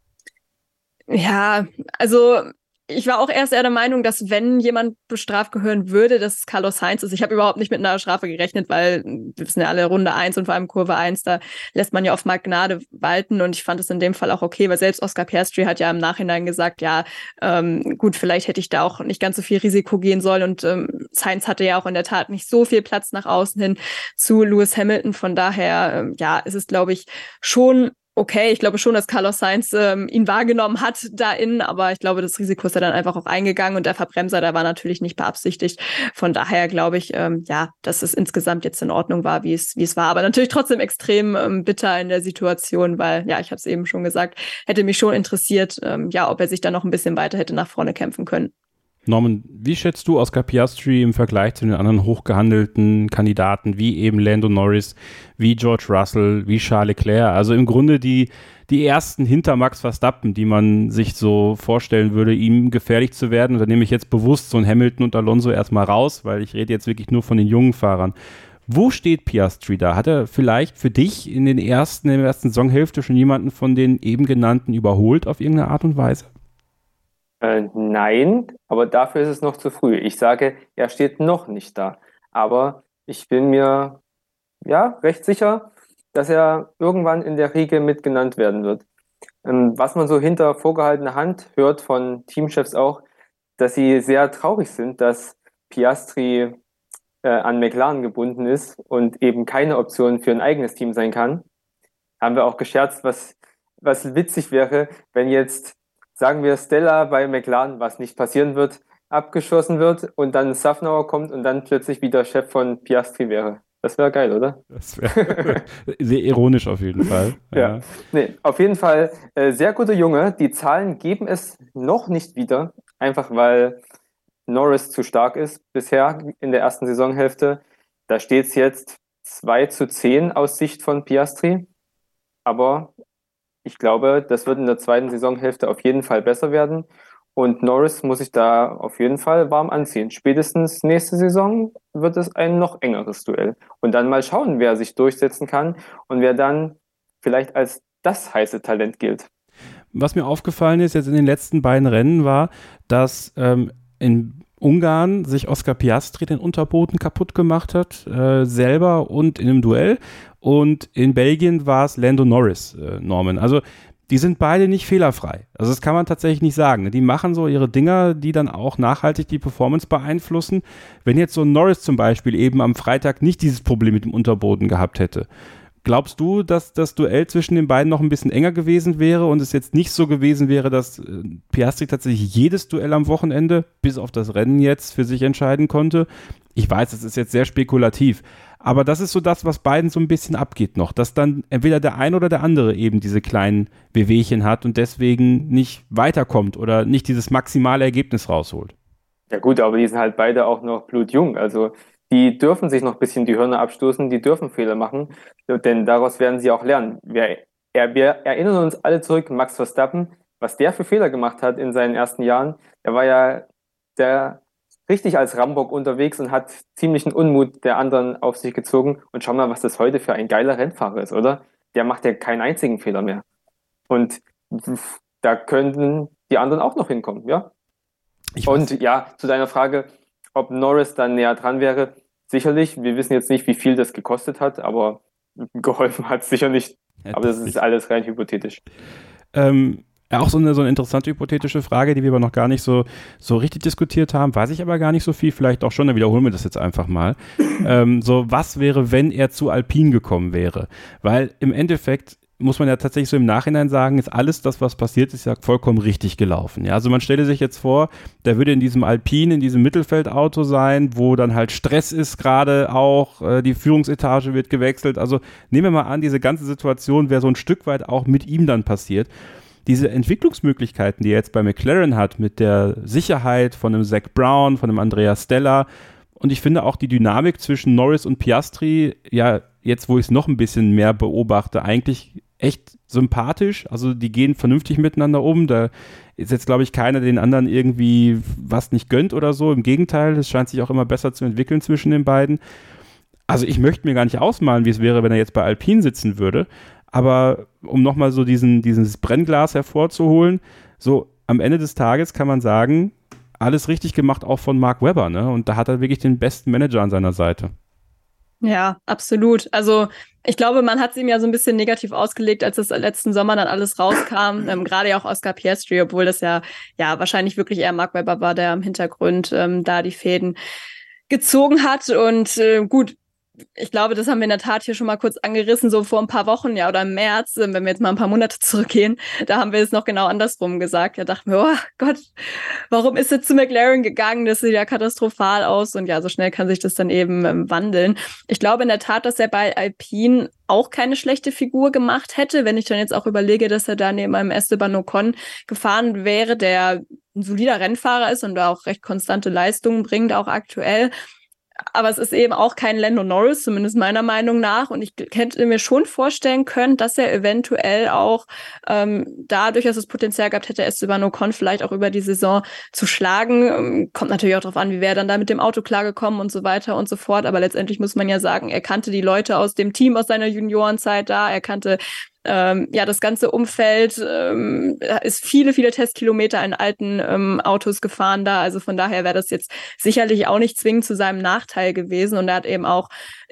Speaker 3: Ja, also ich war auch erst eher der Meinung, dass wenn jemand bestraft gehören würde, dass es Carlos Sainz ist. Ich habe überhaupt nicht mit einer Strafe gerechnet, weil wir wissen ja alle Runde 1 und vor allem Kurve 1, da lässt man ja oftmals Gnade walten und ich fand es in dem Fall auch okay, weil selbst Oscar Piastri hat ja im Nachhinein gesagt, ja, gut, vielleicht hätte ich da auch nicht ganz so viel Risiko gehen sollen und Sainz hatte ja auch in der Tat nicht so viel Platz nach außen hin zu Lewis Hamilton. Von daher, ja, ist es, glaube ich, schon okay, ich glaube schon, dass Carlos Sainz ihn wahrgenommen hat da innen, aber ich glaube, das Risiko ist er dann einfach auch eingegangen und der Verbremser, der war natürlich nicht beabsichtigt. Von daher glaube ich, dass es insgesamt jetzt in Ordnung war, wie es war. Aber natürlich trotzdem extrem bitter in der Situation, weil, ja, ich habe es eben schon gesagt, hätte mich schon interessiert, ob er sich dann noch ein bisschen weiter hätte nach vorne kämpfen können.
Speaker 2: Norman, wie schätzt du Oscar Piastri im Vergleich zu den anderen hochgehandelten Kandidaten, wie eben Lando Norris, wie George Russell, wie Charles Leclerc? Also im Grunde die ersten hinter Max Verstappen, die man sich so vorstellen würde, ihm gefährlich zu werden. Und da nehme ich jetzt bewusst so ein Hamilton und Alonso erstmal raus, weil ich rede jetzt wirklich nur von den jungen Fahrern. Wo steht Piastri da? Hat er vielleicht für dich in der ersten Saisonhälfte schon jemanden von den eben genannten überholt auf irgendeine Art und Weise?
Speaker 4: Nein, aber dafür ist es noch zu früh. Ich sage, er steht noch nicht da. Aber ich bin mir recht sicher, dass er irgendwann in der Riege mitgenannt werden wird. Was man so hinter vorgehaltener Hand hört von Teamchefs auch, dass sie sehr traurig sind, dass Piastri an McLaren gebunden ist und eben keine Option für ein eigenes Team sein kann. Haben wir auch gescherzt, was witzig wäre, wenn jetzt, sagen wir, Stella bei McLaren, was nicht passieren wird, abgeschossen wird und dann Safnauer kommt und dann plötzlich wieder Chef von Piastri wäre. Das wäre geil, oder?
Speaker 2: Das wäre sehr ironisch auf jeden Fall.
Speaker 4: Ja. Nee, auf jeden Fall sehr guter Junge. Die Zahlen geben es noch nicht wieder, einfach weil Norris zu stark ist bisher in der ersten Saisonhälfte. Da steht es jetzt 2:10 aus Sicht von Piastri. Aber ich glaube, das wird in der zweiten Saisonhälfte auf jeden Fall besser werden. Und Norris muss sich da auf jeden Fall warm anziehen. Spätestens nächste Saison wird es ein noch engeres Duell. Und dann mal schauen, wer sich durchsetzen kann und wer dann vielleicht als das heiße Talent gilt.
Speaker 2: Was mir aufgefallen ist jetzt in den letzten beiden Rennen war, dass in Ungarn sich Oscar Piastri den Unterboden kaputt gemacht hat, selber und in einem Duell. Und in Belgien war es Lando Norris, Norman. Also die sind beide nicht fehlerfrei. Also das kann man tatsächlich nicht sagen. Die machen so ihre Dinger, die dann auch nachhaltig die Performance beeinflussen. Wenn jetzt so ein Norris zum Beispiel eben am Freitag nicht dieses Problem mit dem Unterboden gehabt hätte, glaubst du, dass das Duell zwischen den beiden noch ein bisschen enger gewesen wäre und es jetzt nicht so gewesen wäre, dass Piastri tatsächlich jedes Duell am Wochenende, bis auf das Rennen jetzt, für sich entscheiden konnte? Ich weiß, das ist jetzt sehr spekulativ, aber das ist so das, was beiden so ein bisschen abgeht noch, dass dann entweder der eine oder der andere eben diese kleinen Wehwehchen hat und deswegen nicht weiterkommt oder nicht dieses maximale Ergebnis rausholt.
Speaker 4: Ja gut, aber die sind halt beide auch noch blutjung, also die dürfen sich noch ein bisschen die Hörner abstoßen, die dürfen Fehler machen, denn daraus werden sie auch lernen. Wir erinnern uns alle zurück, Max Verstappen, was der für Fehler gemacht hat in seinen ersten Jahren. Er war ja der richtig als Rambock unterwegs und hat ziemlichen Unmut der anderen auf sich gezogen. Und schau mal, was das heute für ein geiler Rennfahrer ist, oder? Der macht ja keinen einzigen Fehler mehr. Und da könnten die anderen auch noch hinkommen, ja? Und ja, zu deiner Frage, ob Norris dann näher dran wäre, sicherlich. Wir wissen jetzt nicht, wie viel das gekostet hat, aber geholfen hat es sicher nicht. Aber das ist alles rein hypothetisch.
Speaker 2: Auch so eine interessante hypothetische Frage, die wir aber noch gar nicht so richtig diskutiert haben, weiß ich aber gar nicht so viel, vielleicht auch schon, dann wiederholen wir das jetzt einfach mal. Was wäre, wenn er zu Alpine gekommen wäre? Weil im Endeffekt muss man ja tatsächlich so im Nachhinein sagen, ist alles das, was passiert ist, ja vollkommen richtig gelaufen. Ja, also man stelle sich jetzt vor, der würde in diesem Alpine, in diesem Mittelfeldauto sein, wo dann halt Stress ist gerade auch, die Führungsetage wird gewechselt. Also nehmen wir mal an, diese ganze Situation wäre so ein Stück weit auch mit ihm dann passiert. Diese Entwicklungsmöglichkeiten, die er jetzt bei McLaren hat, mit der Sicherheit von einem Zach Brown, von einem Andrea Stella und ich finde auch die Dynamik zwischen Norris und Piastri, ja, jetzt wo ich es noch ein bisschen mehr beobachte, eigentlich echt sympathisch. Also die gehen vernünftig miteinander um. Da ist jetzt, glaube ich, keiner, der den anderen irgendwie was nicht gönnt oder so. Im Gegenteil, es scheint sich auch immer besser zu entwickeln zwischen den beiden. Also ich möchte mir gar nicht ausmalen, wie es wäre, wenn er jetzt bei Alpine sitzen würde. Aber um nochmal so dieses Brennglas hervorzuholen, so am Ende des Tages kann man sagen, alles richtig gemacht auch von Mark Webber, ne? Und da hat er wirklich den besten Manager an seiner Seite.
Speaker 3: Ja, absolut. Also ich glaube, man hat es ihm ja so ein bisschen negativ ausgelegt, als es letzten Sommer dann alles rauskam. Gerade ja auch Oscar Piastri, obwohl das ja wahrscheinlich wirklich eher Mark Webber war, der im Hintergrund da die Fäden gezogen hat. Und gut, ich glaube, das haben wir in der Tat hier schon mal kurz angerissen, so vor ein paar Wochen, ja, oder im März, wenn wir jetzt mal ein paar Monate zurückgehen, da haben wir es noch genau andersrum gesagt. Da dachten wir, oh Gott, warum ist es zu McLaren gegangen? Das sieht ja katastrophal aus. Und ja, so schnell kann sich das dann eben wandeln. Ich glaube in der Tat, dass er bei Alpine auch keine schlechte Figur gemacht hätte, wenn ich dann jetzt auch überlege, dass er da neben einem Esteban Ocon gefahren wäre, der ein solider Rennfahrer ist und da auch recht konstante Leistungen bringt, auch aktuell. Aber es ist eben auch kein Lando Norris, zumindest meiner Meinung nach. Und ich hätte mir schon vorstellen können, dass er eventuell auch dadurch, dass es Potenzial gehabt hätte, Esteban Ocon vielleicht auch über die Saison zu schlagen. Kommt natürlich auch darauf an, wie wäre er dann da mit dem Auto klargekommen und so weiter und so fort. Aber letztendlich muss man ja sagen, er kannte die Leute aus dem Team aus seiner Juniorenzeit da. Er kannte das ganze Umfeld, ist viele Testkilometer in alten Autos gefahren da. Also von daher wäre das jetzt sicherlich auch nicht zwingend zu seinem Nachteil gewesen. Und er hat eben auch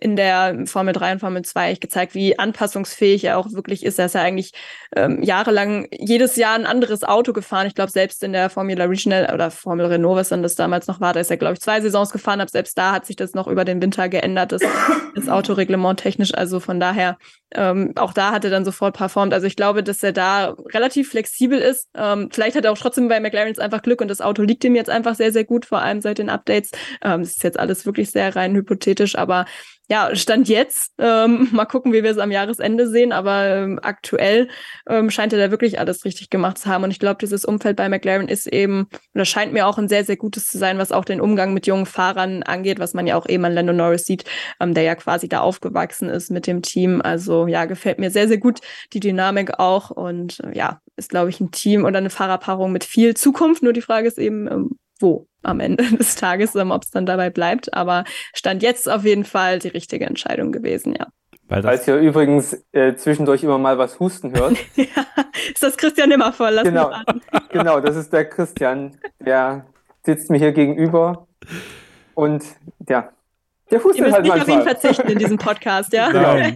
Speaker 3: in der Formel 3 und Formel 2 echt gezeigt, wie anpassungsfähig er auch wirklich ist. Er ist ja eigentlich jahrelang jedes Jahr ein anderes Auto gefahren. Ich glaube, selbst in der Formula Regional oder Formel Renault, was dann das damals noch war, da ist er, glaube ich, 2 Saisons gefahren. Aber selbst da hat sich das noch über den Winter geändert, das Autoreglement technisch. Also von daher, auch da hat er dann sofort performt. Also ich glaube, dass er da relativ flexibel ist. Vielleicht hat er auch trotzdem bei McLaren jetzt einfach Glück und das Auto liegt ihm jetzt einfach sehr, sehr gut, vor allem seit den Updates. Das ist jetzt alles wirklich sehr rein hypothetisch, aber ja, Stand jetzt, mal gucken, wie wir es am Jahresende sehen, aber aktuell scheint er da wirklich alles richtig gemacht zu haben und ich glaube, dieses Umfeld bei McLaren ist eben, oder scheint mir auch ein sehr, sehr gutes zu sein, was auch den Umgang mit jungen Fahrern angeht, was man ja auch eben an Lando Norris sieht, der ja quasi da aufgewachsen ist mit dem Team, also ja, gefällt mir sehr, sehr gut, die Dynamik auch und ja, ist glaube ich ein Team oder eine Fahrerpaarung mit viel Zukunft, nur die Frage ist eben, wo am Ende des Tages, ob es dann dabei bleibt. Aber Stand jetzt auf jeden Fall die richtige Entscheidung gewesen, ja.
Speaker 4: Falls ihr übrigens zwischendurch immer mal was husten hört.
Speaker 3: Ja, ist das Christian Nimmervoll?
Speaker 4: Genau, das ist der Christian. Der sitzt mir hier gegenüber und ja, der hustet halt manchmal. Wir müssen nicht auf ihn verzichten in diesem Podcast, ja?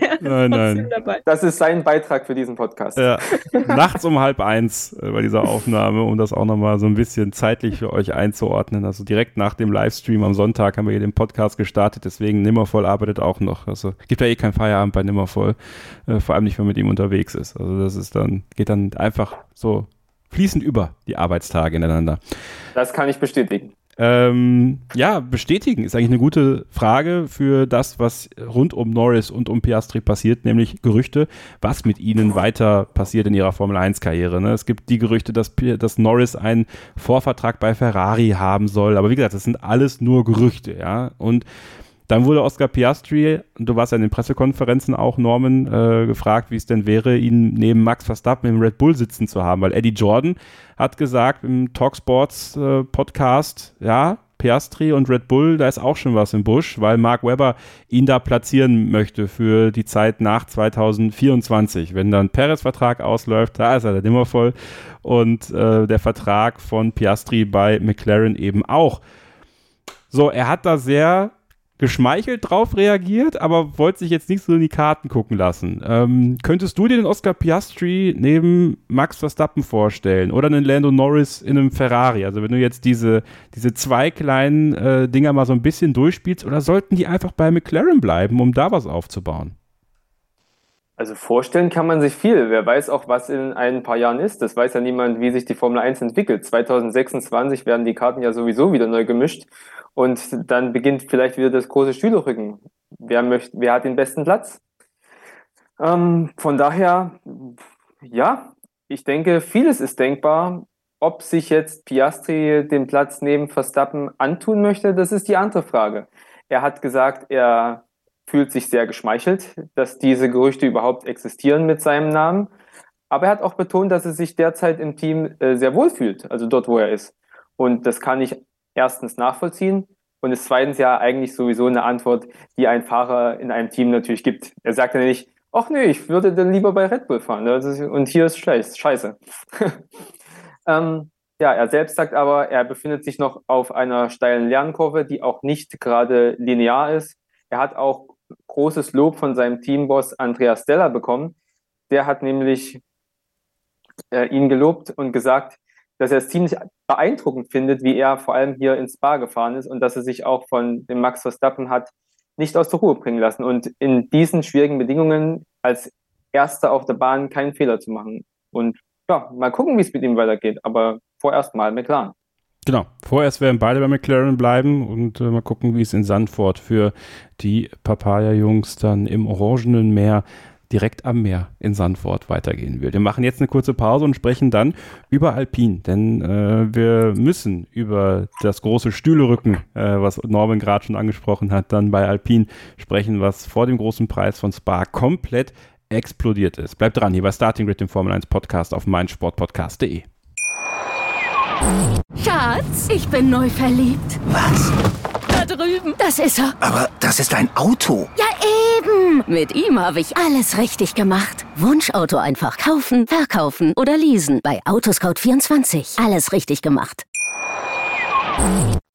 Speaker 2: Nein.
Speaker 4: Das ist sein Beitrag für diesen Podcast.
Speaker 2: Ja. Nachts um 12:30 bei dieser Aufnahme, um das auch nochmal so ein bisschen zeitlich für euch einzuordnen. Also direkt nach dem Livestream am Sonntag haben wir hier den Podcast gestartet, deswegen Nimmervoll arbeitet auch noch. Also gibt ja eh keinen Feierabend bei Nimmervoll, vor allem nicht, wenn man mit ihm unterwegs ist. Also das ist geht dann einfach so fließend über die Arbeitstage ineinander.
Speaker 4: Das kann ich bestätigen.
Speaker 2: Ja, bestätigen ist eigentlich eine gute Frage für das, was rund um Norris und um Piastri passiert, nämlich Gerüchte, was mit ihnen weiter passiert in ihrer Formel-1-Karriere. Ne? Es gibt die Gerüchte, dass Norris einen Vorvertrag bei Ferrari haben soll, aber wie gesagt, das sind alles nur Gerüchte, ja, und dann wurde Oscar Piastri, du warst ja in den Pressekonferenzen auch, Norman, gefragt, wie es denn wäre, ihn neben Max Verstappen im Red Bull sitzen zu haben, weil Eddie Jordan hat gesagt im Talksports Podcast, ja, Piastri und Red Bull, da ist auch schon was im Busch, weil Mark Webber ihn da platzieren möchte für die Zeit nach 2024. Wenn dann Perez Vertrag ausläuft, da ist er immer voll und der Vertrag von Piastri bei McLaren eben auch. So, er hat da sehr geschmeichelt drauf reagiert, aber wollte sich jetzt nicht so in die Karten gucken lassen. Könntest du dir den Oscar Piastri neben Max Verstappen vorstellen oder einen Lando Norris in einem Ferrari? Also wenn du jetzt diese 2 kleinen Dinger mal so ein bisschen durchspielst, oder sollten die einfach bei McLaren bleiben, um da was aufzubauen?
Speaker 4: Also vorstellen kann man sich viel. Wer weiß auch, was in ein paar Jahren ist. Das weiß ja niemand, wie sich die Formel 1 entwickelt. 2026 werden die Karten ja sowieso wieder neu gemischt. Und dann beginnt vielleicht wieder das große Stühlerücken. Wer hat den besten Platz? Von daher, ja, ich denke, vieles ist denkbar. Ob sich jetzt Piastri den Platz neben Verstappen antun möchte, das ist die andere Frage. Er hat gesagt, er fühlt sich sehr geschmeichelt, dass diese Gerüchte überhaupt existieren mit seinem Namen. Aber er hat auch betont, dass er sich derzeit im Team sehr wohl fühlt, also dort, wo er ist. Und das kann ich erstens nachvollziehen und ist zweitens ja eigentlich sowieso eine Antwort, die ein Fahrer in einem Team natürlich gibt. Er sagt ja nicht, ach nee, ich würde dann lieber bei Red Bull fahren und hier ist scheiße. Ja, er selbst sagt aber, er befindet sich noch auf einer steilen Lernkurve, die auch nicht gerade linear ist. Er hat auch großes Lob von seinem Teamboss Andreas Stella bekommen. Der hat nämlich ihn gelobt und gesagt, dass er es ziemlich beeindruckend findet, wie er vor allem hier ins Spa gefahren ist und dass er sich auch von dem Max Verstappen hat nicht aus der Ruhe bringen lassen und in diesen schwierigen Bedingungen als Erster auf der Bahn keinen Fehler zu machen. Und ja, mal gucken, wie es mit ihm weitergeht, aber vorerst mal McLaren.
Speaker 2: Genau, vorerst werden beide bei McLaren bleiben und mal gucken, wie es in Zandvoort für die Papaya-Jungs dann im Orangenen Meer direkt am Meer in Zandvoort weitergehen wird. Wir machen jetzt eine kurze Pause und sprechen dann über Alpine, denn wir müssen über das große Stühlerücken, was Norman gerade schon angesprochen hat, dann bei Alpine sprechen, was vor dem großen Preis von Spa komplett explodiert ist. Bleibt dran, hier bei Starting Grid, dem Formel 1 Podcast auf meinsportpodcast.de.
Speaker 5: Schatz, ich bin neu verliebt.
Speaker 6: Was?
Speaker 5: Da drüben. Das ist er.
Speaker 6: Aber das ist ein Auto.
Speaker 5: Ja, eben. Mit ihm habe ich alles richtig gemacht. Wunschauto einfach kaufen, verkaufen oder leasen. Bei Autoscout24. Alles richtig gemacht.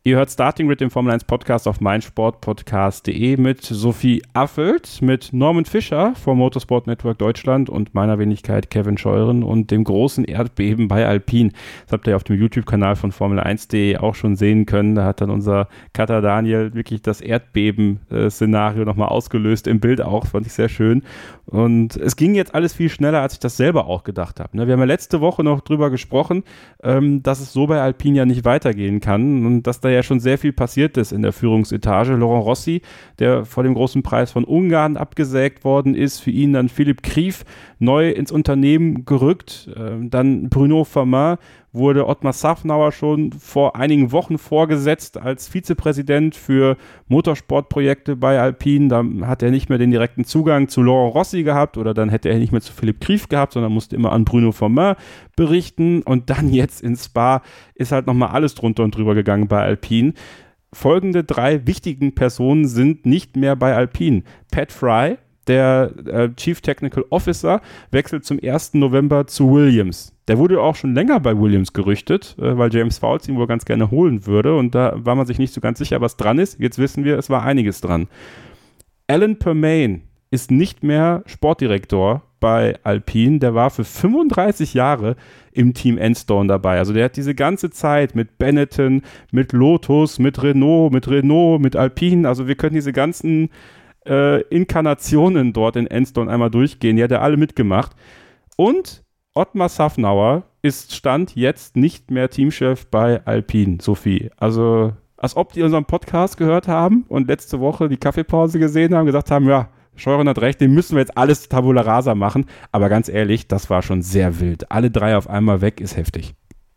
Speaker 2: Ihr hört Starting Grid, den Formel 1 Podcast auf meinsportpodcast.de mit Sophie Affelt, mit Norman Fischer vom Motorsport Network Deutschland und meiner Wenigkeit Kevin Scheuren und dem großen Erdbeben bei Alpine. Das habt ihr auf dem YouTube-Kanal von Formel1.de auch schon sehen können. Da hat dann unser Cutter Daniel wirklich das Erdbeben-Szenario nochmal ausgelöst, im Bild auch, fand ich sehr schön. Und es ging jetzt alles viel schneller, als ich das selber auch gedacht habe. Wir haben ja letzte Woche noch drüber gesprochen, dass es so bei Alpine ja nicht weitergehen kann und dass da ja schon sehr viel passiert ist in der Führungsetage. Laurent Rossi, der vor dem großen Preis von Ungarn abgesägt worden ist, für ihn dann Philipp Krief neu ins Unternehmen gerückt, dann Bruno Famin wurde Ottmar Safnauer schon vor einigen Wochen vorgesetzt als Vizepräsident für Motorsportprojekte bei Alpine. Da hat er nicht mehr den direkten Zugang zu Laurent Rossi gehabt oder dann hätte er nicht mehr zu Philipp Krief gehabt, sondern musste immer an Bruno Famin berichten. Und dann jetzt in Spa ist halt nochmal alles drunter und drüber gegangen bei Alpine. Folgende 3 wichtigen Personen sind nicht mehr bei Alpine. Pat Fry, der Chief Technical Officer, wechselt zum 1. November zu Williams. Der wurde auch schon länger bei Williams gerüchtet, weil James Fowles ihn wohl ganz gerne holen würde und da war man sich nicht so ganz sicher, was dran ist. Jetzt wissen wir, es war einiges dran. Alan Permane ist nicht mehr Sportdirektor bei Alpine. Der war für 35 Jahre im Team Enstone dabei. Also der hat diese ganze Zeit mit Benetton, mit Lotus, mit Renault, mit Alpine, also wir können diese ganzen Inkarnationen dort in Enstone einmal durchgehen. Die hat er alle mitgemacht. Und Ottmar Safnauer ist Stand jetzt nicht mehr Teamchef bei Alpine, Sophie. Also, als ob die unseren Podcast gehört haben und letzte Woche die Kaffeepause gesehen haben, gesagt haben, ja, Scheuren hat recht, den müssen wir jetzt alles Tabula Rasa machen. Aber ganz ehrlich, das war schon sehr wild. Alle 3 auf einmal weg ist heftig.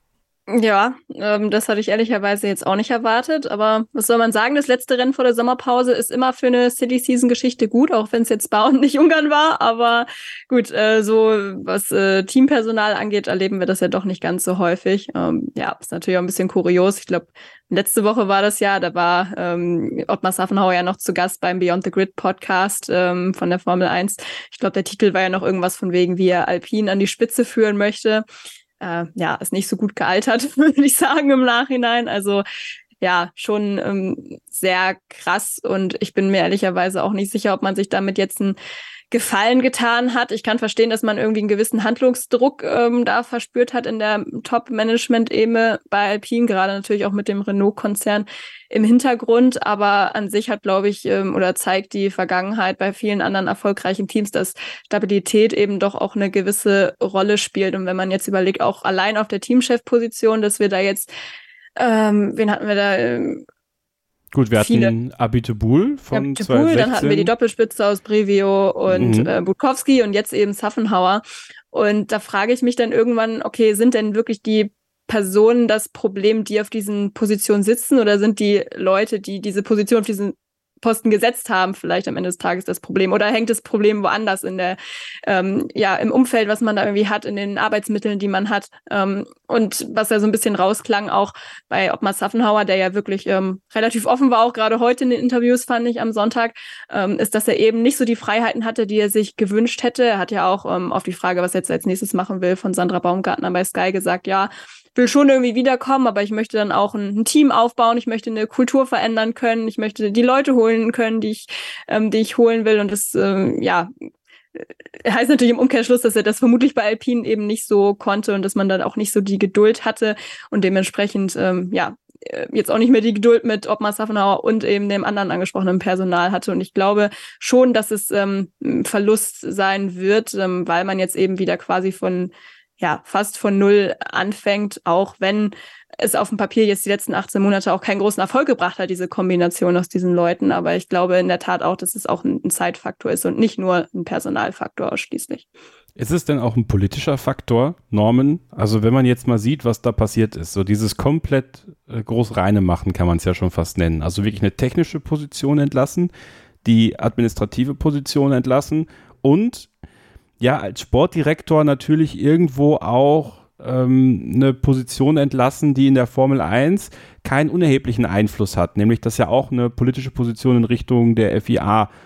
Speaker 3: Ja, das hatte ich ehrlicherweise jetzt auch nicht erwartet, aber was soll man sagen, das letzte Rennen vor der Sommerpause ist immer für eine Silly-Season-Geschichte gut, auch wenn es jetzt Spa und nicht Ungarn war, aber gut, so was Teampersonal angeht, erleben wir das ja doch nicht ganz so häufig. Ja, ist natürlich auch ein bisschen kurios, ich glaube, letzte Woche war das ja, da war Ottmar Safnauer ja noch zu Gast beim Beyond the Grid Podcast von der Formel 1. Ich glaube, der Titel war ja noch irgendwas von wegen, wie er Alpine an die Spitze führen möchte. Ja, ist nicht so gut gealtert, würde ich sagen, im Nachhinein. Also ja, schon sehr krass und ich bin mir ehrlicherweise auch nicht sicher, ob man sich damit jetzt einen Gefallen getan hat. Ich kann verstehen, dass man irgendwie einen gewissen Handlungsdruck da verspürt hat in der Top-Management-Ebene bei Alpine, gerade natürlich auch mit dem Renault-Konzern im Hintergrund, aber an sich hat, glaube ich, oder zeigt die Vergangenheit bei vielen anderen erfolgreichen Teams, dass Stabilität eben doch auch eine gewisse Rolle spielt. Und wenn man jetzt überlegt, auch allein auf der Teamchef-Position, dass wir da jetzt, wen hatten wir da?
Speaker 2: Gut, wir hatten Abiteboul von 2016.
Speaker 3: Dann hatten wir die Doppelspitze aus Brivio und Budkowski und jetzt eben Safnauer. Und da frage ich mich dann irgendwann, okay, sind denn wirklich die Personen das Problem, die auf diesen Positionen sitzen, oder sind die Leute, die diese Position auf diesen Posten gesetzt haben, vielleicht am Ende des Tages das Problem? Oder hängt das Problem woanders in der, im Umfeld, was man da irgendwie hat, in den Arbeitsmitteln, die man hat? Und was ja so ein bisschen rausklang, auch bei Ottmar Safnauer, der ja wirklich relativ offen war, auch gerade heute in den Interviews, fand ich am Sonntag, ist, dass er eben nicht so die Freiheiten hatte, die er sich gewünscht hätte. Er hat ja auch auf die Frage, was er jetzt als nächstes machen will, von Sandra Baumgartner bei Sky gesagt, ja, will schon irgendwie wiederkommen, aber ich möchte dann auch ein Team aufbauen, ich möchte eine Kultur verändern können, ich möchte die Leute holen können, die ich holen will, und das heißt natürlich im Umkehrschluss, dass er das vermutlich bei Alpine eben nicht so konnte und dass man dann auch nicht so die Geduld hatte und dementsprechend jetzt auch nicht mehr die Geduld mit Ottmar Safnauer und eben dem anderen angesprochenen Personal hatte. Und ich glaube schon, dass es ein Verlust sein wird, weil man jetzt eben wieder quasi fast von Null anfängt, auch wenn es auf dem Papier jetzt die letzten 18 Monate auch keinen großen Erfolg gebracht hat, diese Kombination aus diesen Leuten. Aber ich glaube in der Tat auch, dass es auch ein Zeitfaktor ist und nicht nur ein Personalfaktor ausschließlich.
Speaker 2: Ist es denn auch ein politischer Faktor, Norman? Also wenn man jetzt mal sieht, was da passiert ist, so dieses komplett groß reine machen, kann man es ja schon fast nennen. Also wirklich eine technische Position entlassen, die administrative Position entlassen und ja, als Sportdirektor natürlich irgendwo auch eine Position entlassen, die in der Formel 1 keinen unerheblichen Einfluss hat, nämlich dass ja auch eine politische Position in Richtung der FIA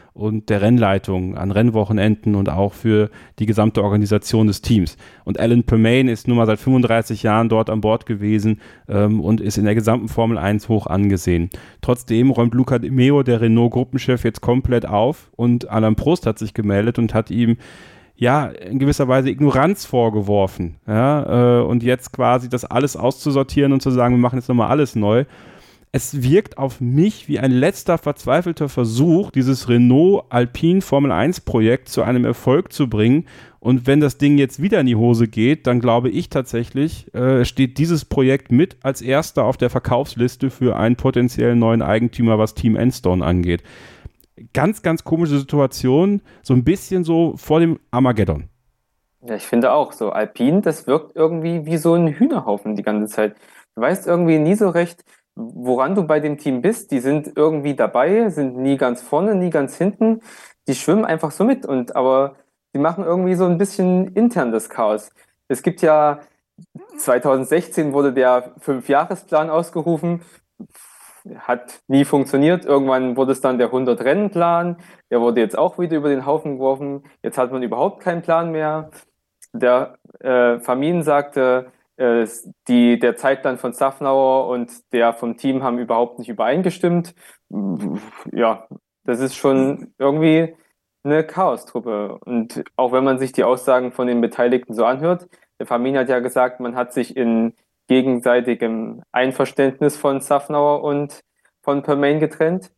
Speaker 2: und der Rennleitung an Rennwochenenden und auch für die gesamte Organisation des Teams. Und Alan Permane ist nun mal seit 35 Jahren dort an Bord gewesen und ist in der gesamten Formel 1 hoch angesehen. Trotzdem räumt Luca De Meo, der Renault-Gruppenchef, jetzt komplett auf und Alain Prost hat sich gemeldet und hat ihm ja in gewisser Weise Ignoranz vorgeworfen. Ja, und jetzt quasi das alles auszusortieren und zu sagen, wir machen jetzt nochmal alles neu. Es wirkt auf mich wie ein letzter verzweifelter Versuch, dieses Renault-Alpine Formel-1-Projekt zu einem Erfolg zu bringen. Und wenn das Ding jetzt wieder in die Hose geht, dann glaube ich tatsächlich, steht dieses Projekt mit als erster auf der Verkaufsliste für einen potenziellen neuen Eigentümer, was Team Enstone angeht. Ganz, ganz komische Situation, so ein bisschen so vor dem Armageddon.
Speaker 4: Ja, ich finde auch so. Alpine, das wirkt irgendwie wie so ein Hühnerhaufen die ganze Zeit. Du weißt irgendwie nie so recht, woran du bei dem Team bist. Die sind irgendwie dabei, sind nie ganz vorne, nie ganz hinten. Die schwimmen einfach so mit. Aber die machen irgendwie so ein bisschen intern das Chaos. Es gibt ja, 2016 wurde der 5-Jahresplan ausgerufen. Hat nie funktioniert. Irgendwann wurde es dann der 100-Rennen-Plan. Der wurde jetzt auch wieder über den Haufen geworfen. Jetzt hat man überhaupt keinen Plan mehr. Der Famin sagte, der Zeitplan von Safnauer und der vom Team haben überhaupt nicht übereingestimmt. Ja, das ist schon irgendwie eine Chaostruppe. Und auch wenn man sich die Aussagen von den Beteiligten so anhört, der Famin hat ja gesagt, man hat sich in gegenseitigem Einverständnis von Safnauer und von Permane getrennt.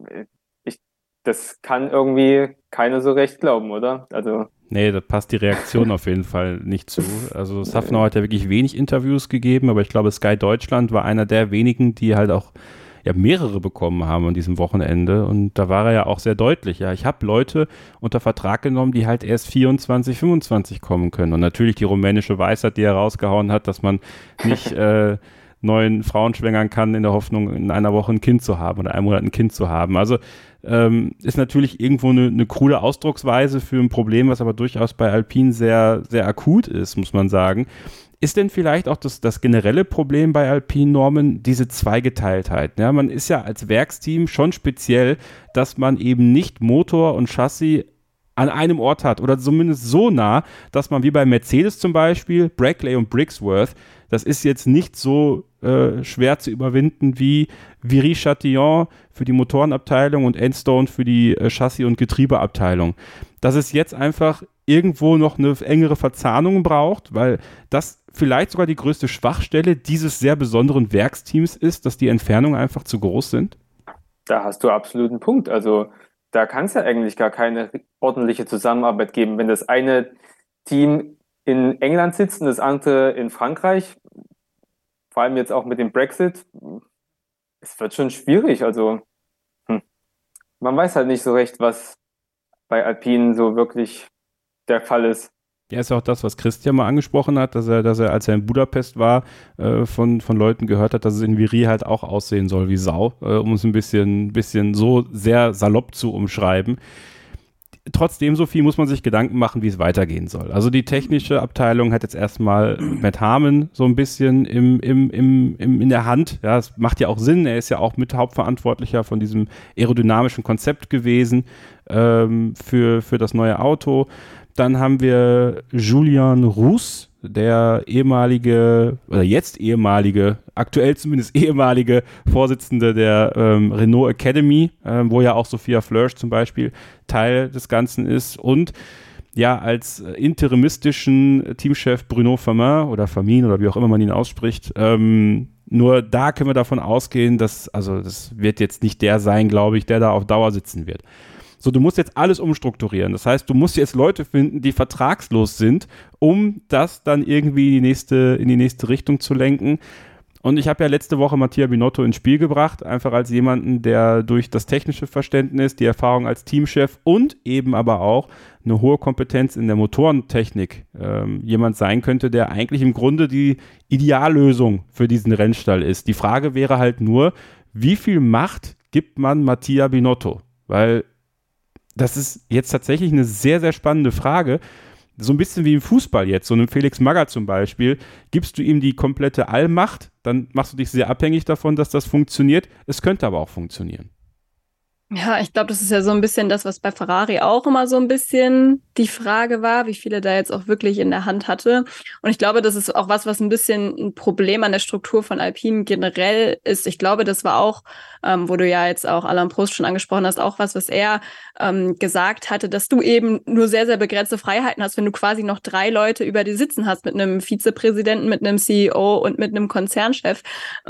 Speaker 4: Das kann irgendwie keiner so recht glauben, oder? Also
Speaker 2: nee, da passt die Reaktion auf jeden Fall nicht zu. Also Safnauer hat ja wirklich wenig Interviews gegeben, aber ich glaube, Sky Deutschland war einer der wenigen, die halt auch mehrere bekommen haben an diesem Wochenende. Und da war er ja auch sehr deutlich. Ja, ich habe Leute unter Vertrag genommen, die halt erst 24, 25 kommen können. Und natürlich die rumänische Weisheit, die er rausgehauen hat, dass man nicht 9 Frauen schwängern kann in der Hoffnung, in einer Woche ein Kind zu haben oder einem Monat ein Kind zu haben. Also ist natürlich irgendwo eine krude Ausdrucksweise für ein Problem, was aber durchaus bei Alpine sehr, sehr akut ist, muss man sagen. Ist denn vielleicht auch das generelle Problem bei Alpine, Norman, diese Zweigeteiltheit? Ja, man ist ja als Werksteam schon speziell, dass man eben nicht Motor und Chassis an einem Ort hat oder zumindest so nah, dass man wie bei Mercedes zum Beispiel, Brackley und Brixworth, das ist jetzt nicht so schwer zu überwinden wie Viry-Châtillon für die Motorenabteilung und Enstone für die Chassis- und Getriebeabteilung. Dass es jetzt einfach irgendwo noch eine engere Verzahnung braucht, weil das vielleicht sogar die größte Schwachstelle dieses sehr besonderen Werksteams ist, dass die Entfernungen einfach zu groß sind?
Speaker 4: Da hast du absolut einen Punkt. Also da kann es ja eigentlich gar keine ordentliche Zusammenarbeit geben, wenn das eine Team in England sitzt und das andere in Frankreich, vor allem jetzt auch mit dem Brexit. Es wird schon schwierig. Also man weiß halt nicht so recht, was bei Alpine so wirklich der Fall ist.
Speaker 2: Ja, ist auch das, was Christian mal angesprochen hat, dass er, als er in Budapest war, von Leuten gehört hat, dass es in Viry halt auch aussehen soll wie Sau, um es ein bisschen so sehr salopp zu umschreiben. Trotzdem, Sophie, muss man sich Gedanken machen, wie es weitergehen soll. Also die technische Abteilung hat jetzt erstmal Matt Harmon so ein bisschen in der Hand. Ja, es macht ja auch Sinn. Er ist ja auch mit Hauptverantwortlicher von diesem aerodynamischen Konzept gewesen für das neue Auto. Dann haben wir Julien Roux, der aktuell zumindest ehemalige Vorsitzende der Renault Academy, wo ja auch Sophia Flörsch zum Beispiel Teil des Ganzen ist, und ja, als interimistischen Teamchef Bruno Famin oder wie auch immer man ihn ausspricht. Nur da können wir davon ausgehen, das wird jetzt nicht der sein, glaube ich, der da auf Dauer sitzen wird. So, du musst jetzt alles umstrukturieren. Das heißt, du musst jetzt Leute finden, die vertragslos sind, um das dann irgendwie in die nächste Richtung zu lenken. Und ich habe ja letzte Woche Mattia Binotto ins Spiel gebracht, einfach als jemanden, der durch das technische Verständnis, die Erfahrung als Teamchef und eben aber auch eine hohe Kompetenz in der Motorentechnik jemand sein könnte, der eigentlich im Grunde die Ideallösung für diesen Rennstall ist. Die Frage wäre halt nur, wie viel Macht gibt man Mattia Binotto? Weil das ist jetzt tatsächlich eine sehr, sehr spannende Frage. So ein bisschen wie im Fußball jetzt, so einem Felix Magath zum Beispiel, gibst du ihm die komplette Allmacht, dann machst du dich sehr abhängig davon, dass das funktioniert. Es könnte aber auch funktionieren.
Speaker 3: Ja, ich glaube, das ist ja so ein bisschen das, was bei Ferrari auch immer so ein bisschen die Frage war, wie viel er da jetzt auch wirklich in der Hand hatte. Und ich glaube, das ist auch was ein bisschen ein Problem an der Struktur von Alpine generell ist. Ich glaube, das war auch, wo du ja jetzt auch Alain Prost schon angesprochen hast, auch was er gesagt hatte, dass du eben nur sehr, sehr begrenzte Freiheiten hast, wenn du quasi noch 3 Leute über dir sitzen hast, mit einem Vizepräsidenten, mit einem CEO und mit einem Konzernchef.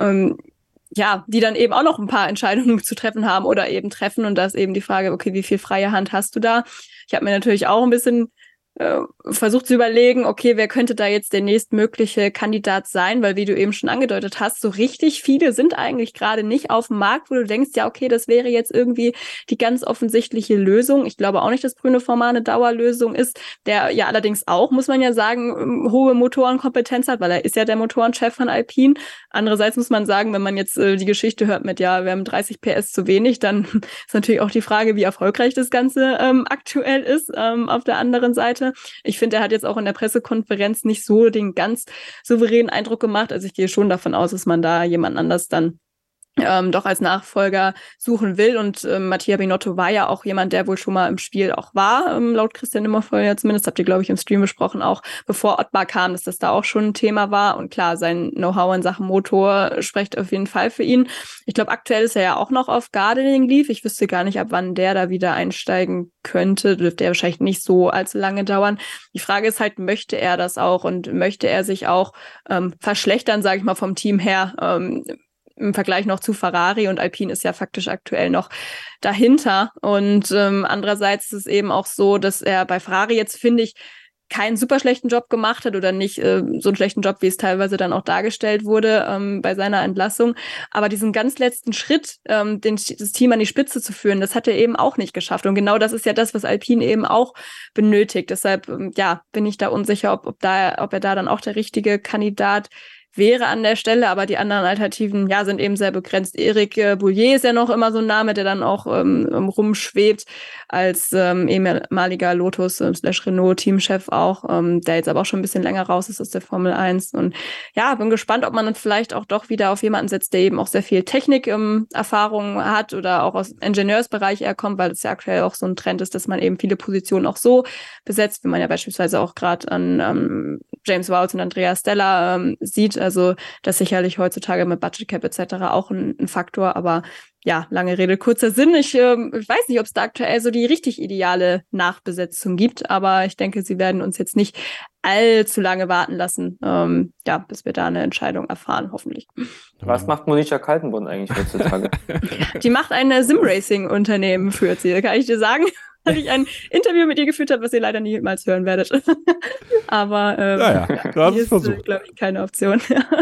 Speaker 3: Ja, die dann eben auch noch ein paar Entscheidungen zu treffen haben oder eben treffen. Und da ist eben die Frage, okay, wie viel freie Hand hast du da? Ich habe mir natürlich auch ein bisschen versucht zu überlegen, okay, wer könnte da jetzt der nächstmögliche Kandidat sein? Weil, wie du eben schon angedeutet hast, so richtig viele sind eigentlich gerade nicht auf dem Markt, wo du denkst, ja, okay, das wäre jetzt irgendwie die ganz offensichtliche Lösung. Ich glaube auch nicht, dass Bruno Forman eine Dauerlösung ist, der ja allerdings auch, muss man ja sagen, hohe Motorenkompetenz hat, weil er ist ja der Motorenchef von Alpine. Andererseits muss man sagen, wenn man jetzt die Geschichte hört mit, ja, wir haben 30 PS zu wenig, dann ist natürlich auch die Frage, wie erfolgreich das Ganze aktuell ist auf der anderen Seite. Ich finde, er hat jetzt auch in der Pressekonferenz nicht so den ganz souveränen Eindruck gemacht. Also ich gehe schon davon aus, dass man da jemand anders dann doch als Nachfolger suchen will. Und Mattia Binotto war ja auch jemand, der wohl schon mal im Spiel auch war, laut Christian Nimmervoll zumindest, habt ihr, glaube ich, im Stream besprochen, auch bevor Otmar kam, dass das da auch schon ein Thema war. Und klar, sein Know-how in Sachen Motor spricht auf jeden Fall für ihn. Ich glaube, aktuell ist er ja auch noch auf Gardening Leave. Ich wüsste gar nicht, ab wann der da wieder einsteigen könnte. Dürfte er wahrscheinlich nicht so allzu lange dauern. Die Frage ist halt, möchte er das auch und möchte er sich auch verschlechtern, sage ich mal, vom Team her, im Vergleich noch zu Ferrari, und Alpine ist ja faktisch aktuell noch dahinter. Und andererseits ist es eben auch so, dass er bei Ferrari jetzt, finde ich, keinen super schlechten Job gemacht hat oder nicht so einen schlechten Job, wie es teilweise dann auch dargestellt wurde bei seiner Entlassung. Aber diesen ganz letzten Schritt, das Team an die Spitze zu führen, das hat er eben auch nicht geschafft. Und genau das ist ja das, was Alpine eben auch benötigt. Deshalb bin ich da unsicher, ob er da dann auch der richtige Kandidat wäre an der Stelle, aber die anderen Alternativen, sind eben sehr begrenzt. Eric Boulier ist ja noch immer so ein Name, der dann auch rumschwebt als ehemaliger Lotus/Renault-Teamchef auch, der jetzt aber auch schon ein bisschen länger raus ist aus der Formel 1. Und bin gespannt, ob man dann vielleicht auch doch wieder auf jemanden setzt, der eben auch sehr viel Technik-Erfahrung hat oder auch aus Ingenieursbereich eher kommt, weil es ja aktuell auch so ein Trend ist, dass man eben viele Positionen auch so besetzt, wie man ja beispielsweise auch gerade an James Vowles und Andrea Stella sieht. Also das sicherlich heutzutage mit Budget Cap etc. auch ein Faktor, aber lange Rede, kurzer Sinn. Ich weiß nicht, ob es da aktuell so die richtig ideale Nachbesetzung gibt, aber ich denke, sie werden uns jetzt nicht allzu lange warten lassen, bis wir da eine Entscheidung erfahren, hoffentlich.
Speaker 4: Was macht Monica Kaltenborn eigentlich heutzutage?
Speaker 3: Die macht ein Sim-Racing-Unternehmen, führt sie, kann ich dir sagen. Weil ich ein Interview mit ihr geführt habe, was ihr leider niemals hören werdet. Aber
Speaker 2: das
Speaker 3: ist, glaube ich, keine Option.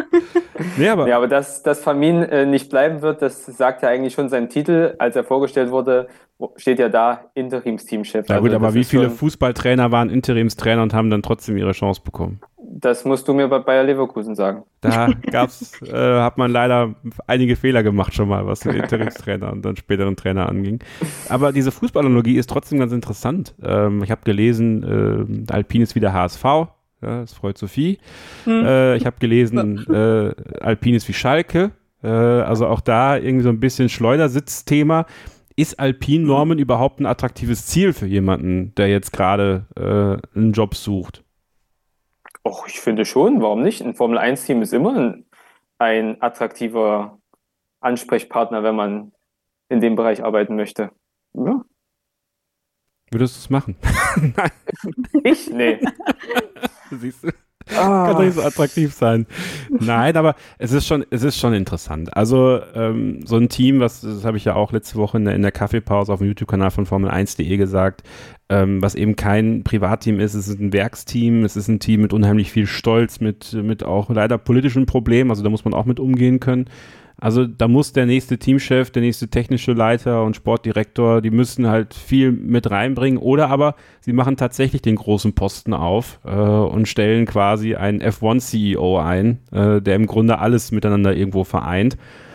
Speaker 4: aber dass Famin nicht bleiben wird, das sagt ja eigentlich schon sein Titel. Als er vorgestellt wurde, steht ja da Interimsteamchef.
Speaker 2: Ja gut, aber wie viele Fußballtrainer waren Interimstrainer und haben dann trotzdem ihre Chance bekommen?
Speaker 4: Das musst du mir bei Bayer Leverkusen sagen.
Speaker 2: Da hat man leider einige Fehler gemacht schon mal, was den Interimstrainer und dann späteren Trainer anging. Aber diese Fußballanalogie ist trotzdem ganz interessant. Ich habe gelesen, Alpine ist wieder HSV. Ja, das freut Sophie. Ich habe gelesen, Alpine ist wie Schalke. Also auch da irgendwie so ein bisschen Schleudersitzthema. Ist Alpine Norman überhaupt ein attraktives Ziel für jemanden, der jetzt gerade einen Job sucht?
Speaker 4: Och, ich finde schon, warum nicht? Ein Formel-1-Team ist immer ein attraktiver Ansprechpartner, wenn man in dem Bereich arbeiten möchte. Ja.
Speaker 2: Würdest du es machen?
Speaker 4: Nein. Ich? Nee.
Speaker 2: Siehst du? Kann doch nicht so attraktiv sein. Nein, aber es ist schon interessant. Also so ein Team, das habe ich ja auch letzte Woche in der Kaffeepause auf dem YouTube-Kanal von Formel1.de gesagt, was eben kein Privatteam ist, es ist ein Werksteam, es ist ein Team mit unheimlich viel Stolz, mit auch leider politischen Problemen, also da muss man auch mit umgehen können. Also da muss der nächste Teamchef, der nächste technische Leiter und Sportdirektor, die müssen halt viel mit reinbringen, oder aber sie machen tatsächlich den großen Posten auf und stellen quasi einen F1-CEO ein, der im Grunde alles miteinander irgendwo vereint.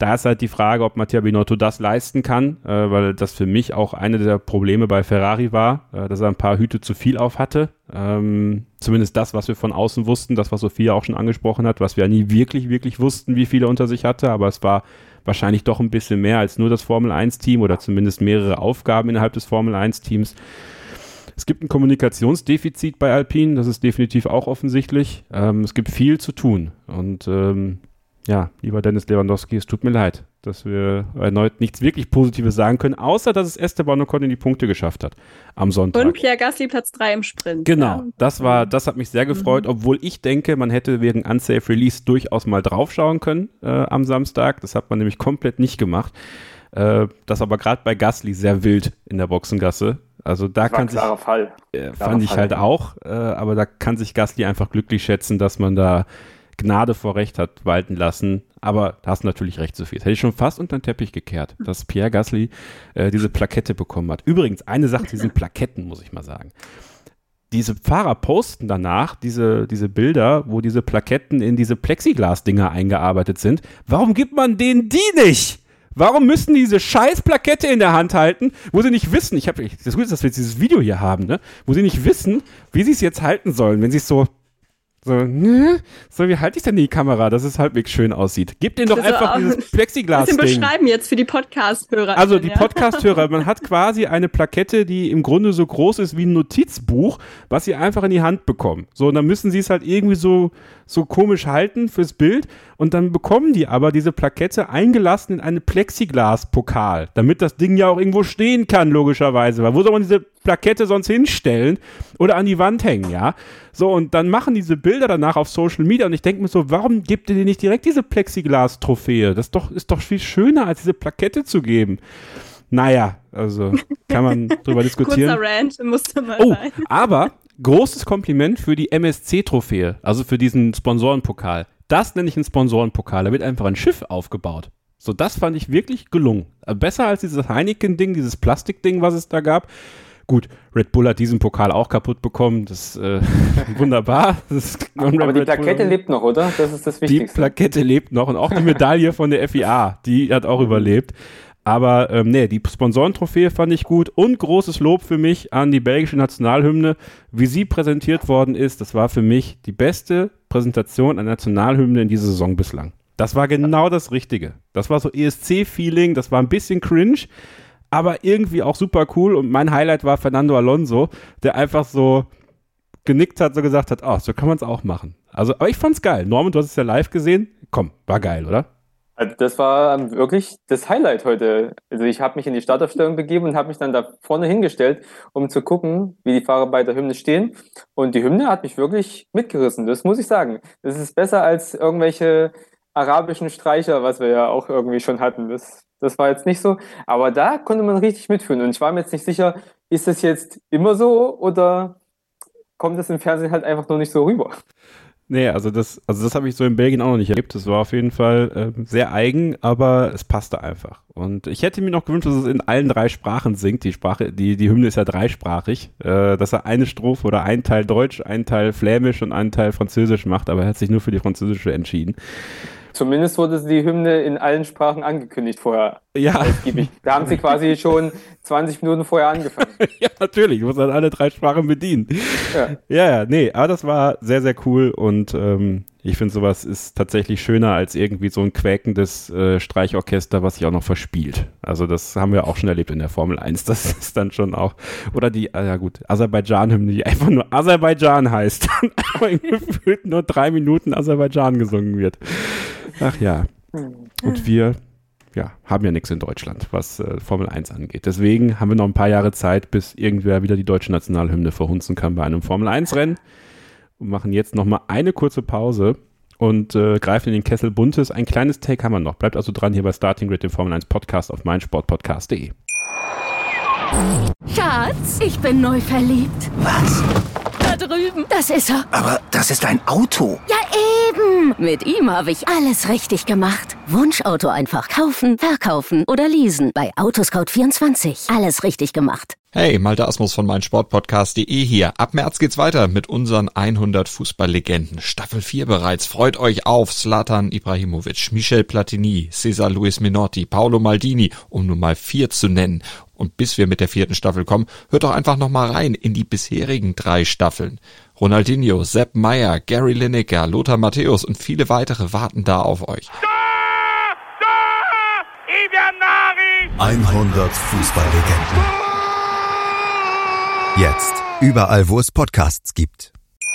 Speaker 2: Da ist halt die Frage, ob Mattia Binotto das leisten kann, weil das für mich auch eine der Probleme bei Ferrari war, dass er ein paar Hüte zu viel auf hatte. Zumindest das, was wir von außen wussten, das, was Sophia auch schon angesprochen hat, was wir nie wirklich wussten, wie viel er unter sich hatte, aber es war wahrscheinlich doch ein bisschen mehr als nur das Formel-1-Team oder zumindest mehrere Aufgaben innerhalb des Formel-1-Teams. Es gibt ein Kommunikationsdefizit bei Alpine, das ist definitiv auch offensichtlich. Es gibt viel zu tun und lieber Dennis Lewandowski, es tut mir leid, dass wir erneut nichts wirklich Positives sagen können, außer dass es Esteban Ocon in die Punkte geschafft hat am Sonntag.
Speaker 3: Und Pierre Gasly Platz 3 im Sprint.
Speaker 2: Genau, das hat mich sehr gefreut, obwohl ich denke, man hätte wegen Unsafe Release durchaus mal draufschauen können am Samstag. Das hat man nämlich komplett nicht gemacht. Das aber gerade bei Gasly sehr wild in der Boxengasse. Also da kann sich, fand ich halt auch, aber da kann sich Gasly einfach glücklich schätzen, dass man da Gnade vor Recht hat walten lassen, aber da hast du natürlich recht, Sophie. Das hätte ich schon fast unter den Teppich gekehrt, dass Pierre Gasly diese Plakette bekommen hat. Übrigens, eine Sache zu diesen Plaketten, muss ich mal sagen. Diese Fahrer posten danach diese Bilder, wo diese Plaketten in diese Plexiglas-Dinger eingearbeitet sind. Warum gibt man denen die nicht? Warum müssen die diese scheiß Plakette in der Hand halten, wo sie nicht wissen, das Gute ist, dass wir jetzt dieses Video hier haben, ne? Wo sie nicht wissen, wie sie es jetzt halten sollen, wenn sie es so, wie halte ich denn die Kamera, dass es halbwegs schön aussieht? Gib denen doch einfach dieses Plexiglas-Ding.
Speaker 3: Ein bisschen beschreiben jetzt für die Podcast-Hörer.
Speaker 2: Also die Podcast-Hörer, man hat quasi eine Plakette, die im Grunde so groß ist wie ein Notizbuch, was sie einfach in die Hand bekommen. So, und dann müssen sie es halt irgendwie so komisch halten fürs Bild und dann bekommen die aber diese Plakette eingelassen in eine Plexiglas-Pokal, damit das Ding ja auch irgendwo stehen kann, logischerweise. Weil wo soll man diese Plakette sonst hinstellen oder an die Wand hängen, ja? So, und dann machen diese Bilder danach auf Social Media und ich denke mir so, warum gibt ihr dir nicht direkt diese Plexiglas-Trophäe? Das ist doch viel schöner, als diese Plakette zu geben. Naja, also kann man drüber diskutieren.
Speaker 3: Kurzer Rant, musste mal sein.
Speaker 2: Aber großes Kompliment für die MSC-Trophäe, also für diesen Sponsorenpokal. Das nenne ich einen Sponsorenpokal. Da wird einfach ein Schiff aufgebaut. So, das fand ich wirklich gelungen. Besser als dieses Heineken-Ding, dieses Plastikding, was es da gab. Gut, Red Bull hat diesen Pokal auch kaputt bekommen. Das ist wunderbar.
Speaker 4: Aber die Plakette lebt noch, oder? Das ist das Wichtigste.
Speaker 2: Die Plakette lebt noch und auch die Medaille von der FIA, die hat auch überlebt. Aber die Sponsorentrophäe fand ich gut und großes Lob für mich an die belgische Nationalhymne. Wie sie präsentiert worden ist, das war für mich die beste Präsentation einer Nationalhymne in dieser Saison bislang. Das war genau das Richtige. Das war so ESC-Feeling, das war ein bisschen cringe, aber irgendwie auch super cool. Und mein Highlight war Fernando Alonso, der einfach so genickt hat, so gesagt hat, so kann man es auch machen. Also, aber ich fand's geil. Norman, du hast es ja live gesehen. Komm, war geil, oder?
Speaker 4: Also das war wirklich das Highlight heute. Also ich habe mich in die Startaufstellung begeben und habe mich dann da vorne hingestellt, um zu gucken, wie die Fahrer bei der Hymne stehen. Und die Hymne hat mich wirklich mitgerissen, das muss ich sagen. Das ist besser als irgendwelche arabischen Streicher, was wir ja auch irgendwie schon hatten. Das war jetzt nicht so. Aber da konnte man richtig mitfühlen. Und ich war mir jetzt nicht sicher, ist das jetzt immer so oder kommt das im Fernsehen halt einfach nur nicht so rüber?
Speaker 2: Nee, also das habe ich so in Belgien auch noch nicht erlebt. Das war auf jeden Fall sehr eigen, aber es passte einfach. Und ich hätte mir noch gewünscht, dass es in allen 3 Sprachen singt. Die Hymne ist ja dreisprachig, dass er eine Strophe oder einen Teil Deutsch, einen Teil Flämisch und einen Teil Französisch macht, aber er hat sich nur für die französische entschieden.
Speaker 4: Zumindest wurde die Hymne in allen Sprachen angekündigt vorher.
Speaker 2: Ja.
Speaker 4: Da haben sie quasi schon 20 Minuten vorher angefangen.
Speaker 2: Ja, natürlich. Du musst dann alle 3 Sprachen bedienen. Ja, aber das war sehr, sehr cool und ich finde, sowas ist tatsächlich schöner als irgendwie so ein quäkendes Streichorchester, was sich auch noch verspielt. Also das haben wir auch schon erlebt in der Formel 1. Das ist dann schon auch, oder die, Aserbaidschan-Hymne, die einfach nur Aserbaidschan heißt. Aber in gefühlt nur 3 Minuten Aserbaidschan gesungen wird. Ach ja. Und wir haben ja nichts in Deutschland, was Formel 1 angeht. Deswegen haben wir noch ein paar Jahre Zeit, bis irgendwer wieder die deutsche Nationalhymne verhunzen kann bei einem Formel 1-Rennen. Und machen jetzt nochmal eine kurze Pause und greifen in den Kessel Buntes. Ein kleines Take haben wir noch. Bleibt also dran hier bei Starting Grid, dem Formel 1 Podcast auf meinsportpodcast.de.
Speaker 5: Schatz, ich bin neu verliebt.
Speaker 6: Was?
Speaker 5: Da drüben. Das ist er.
Speaker 6: Aber das ist ein Auto.
Speaker 5: Ja, eben. Mit ihm habe ich alles richtig gemacht. Wunschauto einfach kaufen, verkaufen oder leasen. Bei Autoscout24. Alles richtig gemacht.
Speaker 8: Hey, Malte Asmus von meinsportpodcast.de hier. Ab März geht's weiter mit unseren 100 Fußballlegenden. Staffel 4 bereits. Freut euch auf Zlatan Ibrahimovic, Michel Platini, Cesar Luis Menotti, Paolo Maldini, um nur mal 4 zu nennen. Und bis wir mit der 4. Staffel kommen, hört doch einfach noch mal rein in die bisherigen 3 Staffeln. Ronaldinho, Sepp Maier, Gary Lineker, Lothar Matthäus und viele weitere warten da auf euch.
Speaker 1: 100 Fußballlegenden. Jetzt, überall, wo es Podcasts gibt.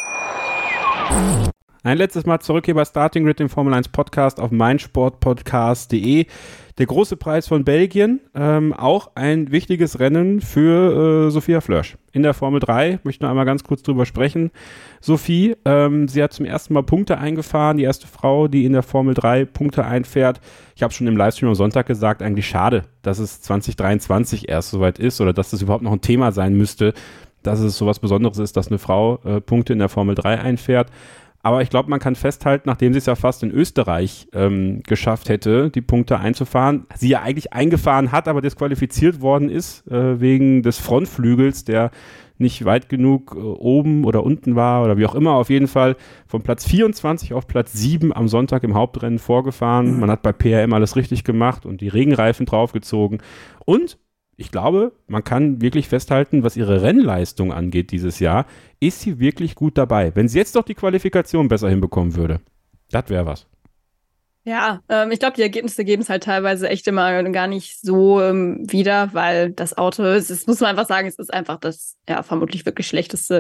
Speaker 2: Ein letztes Mal zurück hier bei Starting Grid, dem Formel 1 Podcast auf meinsportpodcast.de. Der große Preis von Belgien, auch ein wichtiges Rennen für Sophia Flörsch. In der Formel 3, möchte noch einmal ganz kurz drüber sprechen. Sophie, sie hat zum ersten Mal Punkte eingefahren, die erste Frau, die in der Formel 3 Punkte einfährt. Ich habe schon im Livestream am Sonntag gesagt, eigentlich schade, dass es 2023 erst soweit ist oder dass das überhaupt noch ein Thema sein müsste, dass es sowas Besonderes ist, dass eine Frau Punkte in der Formel 3 einfährt. Aber ich glaube, man kann festhalten, nachdem sie es ja fast in Österreich geschafft hätte, die Punkte einzufahren, sie ja eigentlich eingefahren hat, aber disqualifiziert worden ist wegen des Frontflügels, der nicht weit genug oben oder unten war oder wie auch immer, auf jeden Fall von Platz 24 auf Platz 7 am Sonntag im Hauptrennen vorgefahren. Man hat bei PRM alles richtig gemacht und die Regenreifen draufgezogen. Und ich glaube, man kann wirklich festhalten, was ihre Rennleistung angeht dieses Jahr, ist sie wirklich gut dabei. Wenn sie jetzt doch die Qualifikation besser hinbekommen würde, das wäre was.
Speaker 3: Ja, ich glaube, die Ergebnisse geben es halt teilweise echt immer gar nicht so wieder, weil das Auto, das muss man einfach sagen, es ist einfach das vermutlich wirklich schlechteste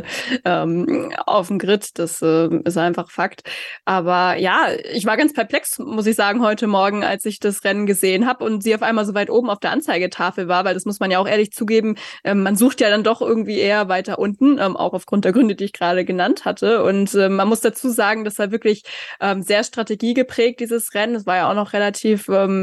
Speaker 3: auf dem Grid. Das ist einfach Fakt. Aber ja, ich war ganz perplex, muss ich sagen, heute Morgen, als ich das Rennen gesehen habe und sie auf einmal so weit oben auf der Anzeigetafel war, weil das muss man ja auch ehrlich zugeben, man sucht ja dann doch irgendwie eher weiter unten, auch aufgrund der Gründe, die ich gerade genannt hatte. Und man muss dazu sagen, das war wirklich sehr strategiegeprägt, dieses Rennen. Es war ja auch noch relativ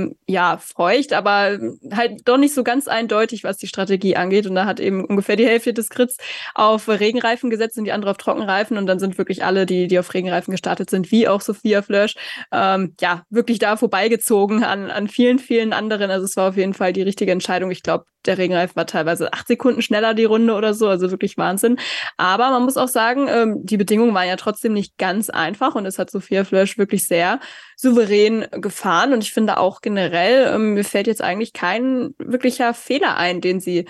Speaker 3: feucht, aber halt doch nicht so ganz eindeutig, was die Strategie angeht. Und da hat eben ungefähr die Hälfte des Grids auf Regenreifen gesetzt und die andere auf Trockenreifen. Und dann sind wirklich alle, die auf Regenreifen gestartet sind, wie auch Sophia Flörsch, wirklich da vorbeigezogen an vielen, vielen anderen. Also es war auf jeden Fall die richtige Entscheidung. Ich glaube, der Regenreifen war teilweise 8 Sekunden schneller die Runde oder so, also wirklich Wahnsinn. Aber man muss auch sagen, die Bedingungen waren ja trotzdem nicht ganz einfach und es hat Sophia Flörsch wirklich sehr souverän gefahren und ich finde auch generell, mir fällt jetzt eigentlich kein wirklicher Fehler ein, den sie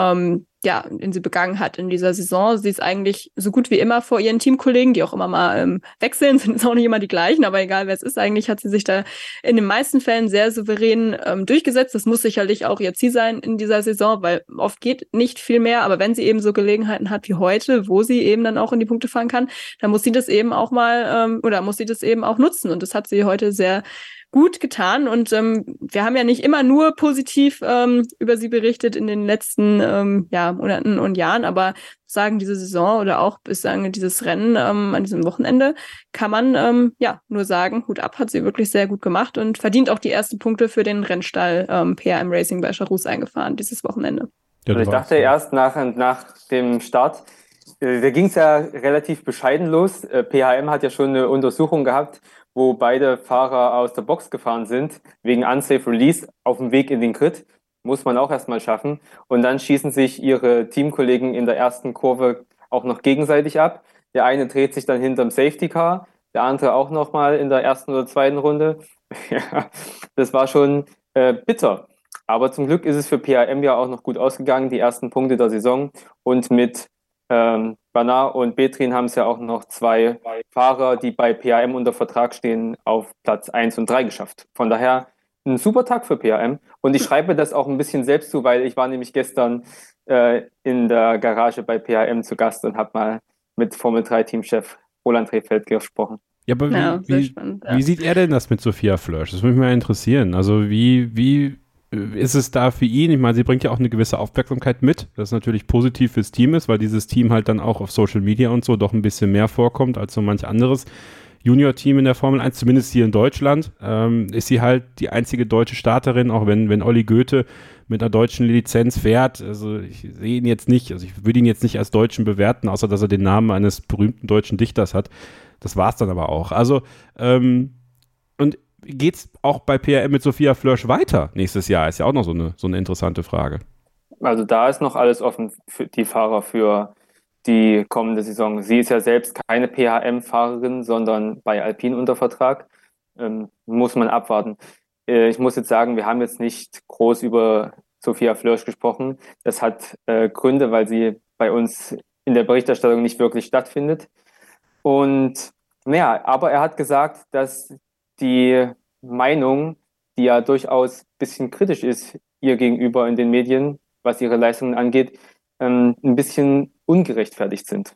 Speaker 3: begangen hat in dieser Saison. Sie ist eigentlich so gut wie immer vor ihren Teamkollegen, die auch immer mal wechseln, sind jetzt auch nicht immer die gleichen, aber egal wer es ist, eigentlich hat sie sich da in den meisten Fällen sehr souverän durchgesetzt. Das muss sicherlich auch ihr Ziel sein in dieser Saison, weil oft geht nicht viel mehr, aber wenn sie eben so Gelegenheiten hat wie heute, wo sie eben dann auch in die Punkte fahren kann, dann muss sie das eben auch mal muss sie das eben auch nutzen und das hat sie heute sehr gut getan und wir haben ja nicht immer nur positiv über sie berichtet in den letzten Monaten und Jahren, aber sagen diese Saison oder auch bis sagen dieses Rennen an diesem Wochenende kann man nur sagen, Hut ab, hat sie wirklich sehr gut gemacht und verdient auch die ersten Punkte für den Rennstall PRM Racing bei Charus eingefahren dieses Wochenende.
Speaker 4: Ja, also ich dachte erst nach dem Start, da ging es ja relativ bescheiden los. PHM hat ja schon eine Untersuchung gehabt, wo beide Fahrer aus der Box gefahren sind, wegen Unsafe Release auf dem Weg in den Grid. Muss man auch erstmal schaffen. Und dann schießen sich ihre Teamkollegen in der ersten Kurve auch noch gegenseitig ab. Der eine dreht sich dann hinterm Safety Car, der andere auch nochmal in der ersten oder zweiten Runde. Ja, das war schon bitter. Aber zum Glück ist es für PHM ja auch noch gut ausgegangen, die ersten Punkte der Saison. Und mit Bernard und Betrin haben es ja auch noch 2 Fahrer, die bei PHM unter Vertrag stehen, auf Platz 1 und 3 geschafft. Von daher ein super Tag für PHM. Und ich schreibe das auch ein bisschen selbst zu, weil ich war nämlich gestern in der Garage bei PHM zu Gast und habe mal mit Formel 3 Teamchef Roland Rehfeld gesprochen.
Speaker 2: Ja, aber wie sieht er denn das mit Sophia Flörsch? Das würde mich mal interessieren. Also wie ist es da für ihn? Ich meine, sie bringt ja auch eine gewisse Aufmerksamkeit mit, das natürlich positiv fürs Team ist, weil dieses Team halt dann auch auf Social Media und so doch ein bisschen mehr vorkommt als so manch anderes Junior-Team in der Formel 1, zumindest hier in Deutschland. Ist sie halt die einzige deutsche Starterin, auch wenn Olli Goethe mit einer deutschen Lizenz fährt. Also ich sehe ihn jetzt nicht, also ich würde ihn jetzt nicht als Deutschen bewerten, außer dass er den Namen eines berühmten deutschen Dichters hat. Das war's dann aber auch. Also, und geht's auch bei PRM mit Sophia Flörsch weiter nächstes Jahr? Ist ja auch noch so eine interessante Frage.
Speaker 4: Also da ist noch alles offen für die Fahrer für die kommende Saison. Sie ist ja selbst keine PHM-Fahrerin, sondern bei Alpine unter Vertrag. Muss man abwarten. Ich muss jetzt sagen, wir haben jetzt nicht groß über Sophia Flörsch gesprochen. Das hat Gründe, weil sie bei uns in der Berichterstattung nicht wirklich stattfindet. Und naja, aber er hat gesagt, dass die Meinung, die ja durchaus ein bisschen kritisch ist ihr gegenüber in den Medien, was ihre Leistungen angeht, ein bisschen ungerechtfertigt sind.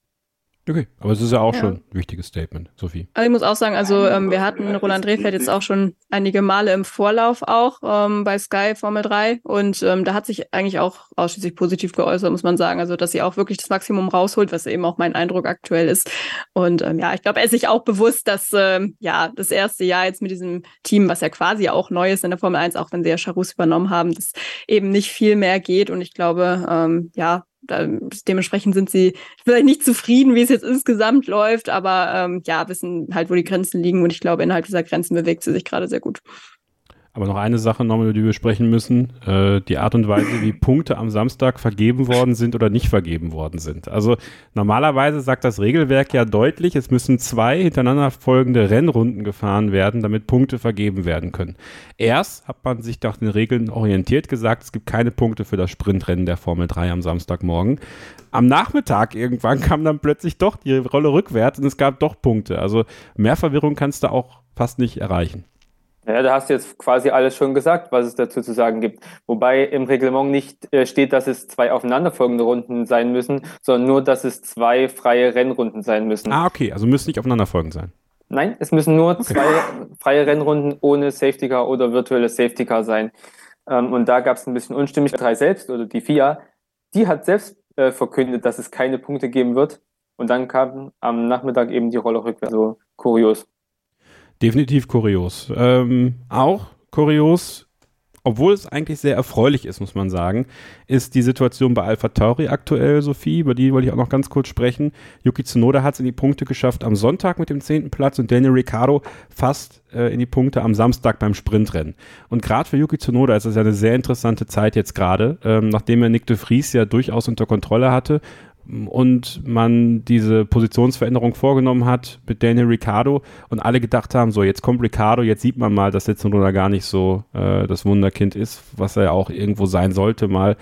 Speaker 2: Okay, aber es ist ja auch schon ein wichtiges Statement, Sophie.
Speaker 3: Also ich muss auch sagen, also wir hatten Roland Rehfeld jetzt auch schon einige Male im Vorlauf auch bei Sky Formel 3 und da hat sich eigentlich auch ausschließlich positiv geäußert, muss man sagen, also dass sie auch wirklich das Maximum rausholt, was eben auch mein Eindruck aktuell ist und ich glaube, er ist sich auch bewusst, dass das erste Jahr jetzt mit diesem Team, was ja quasi auch neu ist in der Formel 1, auch wenn sie ja Charus übernommen haben, dass eben nicht viel mehr geht und ich glaube, dementsprechend sind sie vielleicht nicht zufrieden, wie es jetzt insgesamt läuft, aber wissen halt, wo die Grenzen liegen und ich glaube, innerhalb dieser Grenzen bewegt sie sich gerade sehr gut.
Speaker 2: Aber noch eine Sache nochmal, über die wir sprechen müssen, die Art und Weise, wie Punkte am Samstag vergeben worden sind oder nicht vergeben worden sind. Also normalerweise sagt das Regelwerk ja deutlich, es müssen 2 hintereinander folgende Rennrunden gefahren werden, damit Punkte vergeben werden können. Erst hat man sich nach den Regeln orientiert, gesagt, es gibt keine Punkte für das Sprintrennen der Formel 3 am Samstagmorgen. Am Nachmittag irgendwann kam dann plötzlich doch die Rolle rückwärts und es gab doch Punkte. Also mehr Verwirrung kannst du auch fast nicht erreichen.
Speaker 4: Ja, da hast du jetzt quasi alles schon gesagt, was es dazu zu sagen gibt. Wobei im Reglement nicht steht, dass es 2 aufeinanderfolgende Runden sein müssen, sondern nur, dass es 2 freie Rennrunden sein müssen.
Speaker 2: Ah, okay, also müssen nicht aufeinanderfolgend sein.
Speaker 4: Nein, es müssen nur 2 freie Rennrunden ohne Safety Car oder virtuelles Safety Car sein. Und da gab es ein bisschen Unstimmigkeit. 3 selbst oder die FIA, die hat selbst verkündet, dass es keine Punkte geben wird. Und dann kam am Nachmittag eben die Rolle rückwärts. So kurios.
Speaker 2: Definitiv kurios. Auch kurios, obwohl es eigentlich sehr erfreulich ist, muss man sagen, ist die Situation bei AlphaTauri aktuell, Sophie, über die wollte ich auch noch ganz kurz sprechen. Yuki Tsunoda hat es in die Punkte geschafft am Sonntag mit dem 10. Platz und Daniel Ricciardo fast in die Punkte am Samstag beim Sprintrennen. Und gerade für Yuki Tsunoda ist das ja eine sehr interessante Zeit jetzt gerade, nachdem er Nyck de Vries ja durchaus unter Kontrolle hatte und man diese Positionsveränderung vorgenommen hat mit Daniel Ricciardo und alle gedacht haben, so jetzt kommt Ricciardo, jetzt sieht man mal, dass der Tsunoda gar nicht so das Wunderkind ist, was er ja auch irgendwo sein sollte mal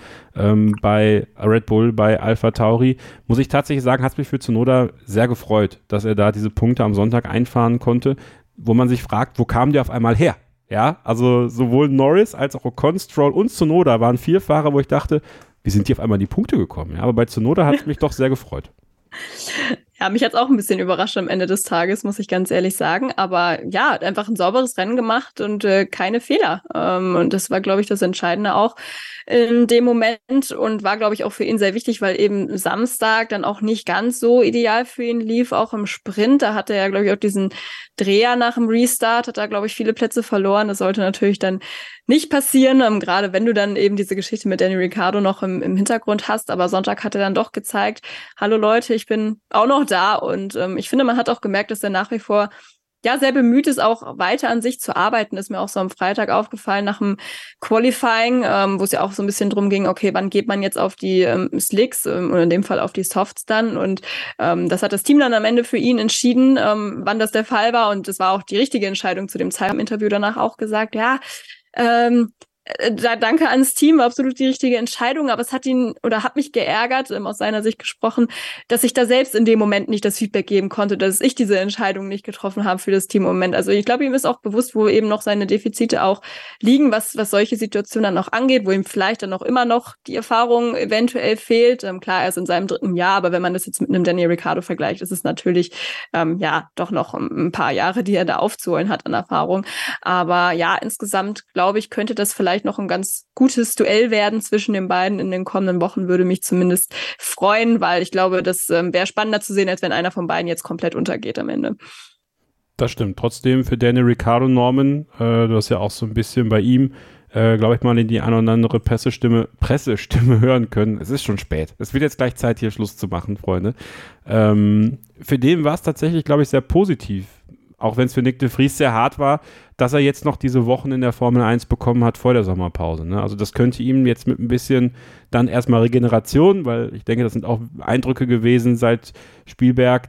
Speaker 2: bei Red Bull, bei AlphaTauri. Muss ich tatsächlich sagen, hat es mich für Tsunoda sehr gefreut, dass er da diese Punkte am Sonntag einfahren konnte, wo man sich fragt, wo kam der auf einmal her? Ja, also sowohl Norris als auch Ocon, Stroll und Tsunoda waren 4 Fahrer, wo ich dachte, wie sind die auf einmal in die Punkte gekommen? Ja, aber bei Tsunoda hat es mich doch sehr gefreut.
Speaker 3: Ja, mich hat es auch ein bisschen überrascht am Ende des Tages, muss ich ganz ehrlich sagen. Aber ja, einfach ein sauberes Rennen gemacht und keine Fehler. Und das war, glaube ich, das Entscheidende auch in dem Moment und war, glaube ich, auch für ihn sehr wichtig, weil eben Samstag dann auch nicht ganz so ideal für ihn lief, auch im Sprint. Da hatte er, glaube ich, auch diesen Dreher nach dem Restart, hat da, glaube ich, viele Plätze verloren. Das sollte natürlich dann nicht passieren, gerade wenn du dann eben diese Geschichte mit Daniel Ricciardo noch im Hintergrund hast. Aber Sonntag hat er dann doch gezeigt, hallo Leute, ich bin auch noch da. Und ich finde, man hat auch gemerkt, dass er nach wie vor sehr bemüht ist, auch weiter an sich zu arbeiten. Ist mir auch so am Freitag aufgefallen nach dem Qualifying, wo es ja auch so ein bisschen drum ging, okay, wann geht man jetzt auf die Slicks oder in dem Fall auf die Softs dann? Und das hat das Team dann am Ende für ihn entschieden, wann das der Fall war. Und das war auch die richtige Entscheidung zu dem Zeitpunkt. Im Interview danach auch gesagt, danke ans Team, war absolut die richtige Entscheidung, aber es hat mich geärgert, aus seiner Sicht gesprochen, dass ich da selbst in dem Moment nicht das Feedback geben konnte, dass ich diese Entscheidung nicht getroffen habe für das Team im Moment. Also ich glaube, ihm ist auch bewusst, wo eben noch seine Defizite auch liegen, was solche Situationen dann auch angeht, wo ihm vielleicht dann auch immer noch die Erfahrung eventuell fehlt. Klar, er ist in seinem 3. Jahr, aber wenn man das jetzt mit einem Daniel Ricciardo vergleicht, ist es natürlich doch noch ein paar Jahre, die er da aufzuholen hat an Erfahrung. Aber ja, insgesamt, glaube ich, könnte das vielleicht noch ein ganz gutes Duell werden zwischen den beiden in den kommenden Wochen, würde mich zumindest freuen, weil ich glaube, das wäre spannender zu sehen, als wenn einer von beiden jetzt komplett untergeht am Ende.
Speaker 2: Das stimmt. Trotzdem für Daniel Ricciardo, Norman, du hast ja auch so ein bisschen bei ihm, glaube ich mal, in die eine oder andere Pressestimme hören können. Es ist schon spät. Es wird jetzt gleich Zeit, hier Schluss zu machen, Freunde. Für den war es tatsächlich, glaube ich, sehr positiv, auch wenn es für Nick de Vries sehr hart war, dass er jetzt noch diese Wochen in der Formel 1 bekommen hat vor der Sommerpause. Ne? Also das könnte ihm jetzt mit ein bisschen dann erstmal Regeneration, weil ich denke, das sind auch Eindrücke gewesen seit Spielberg,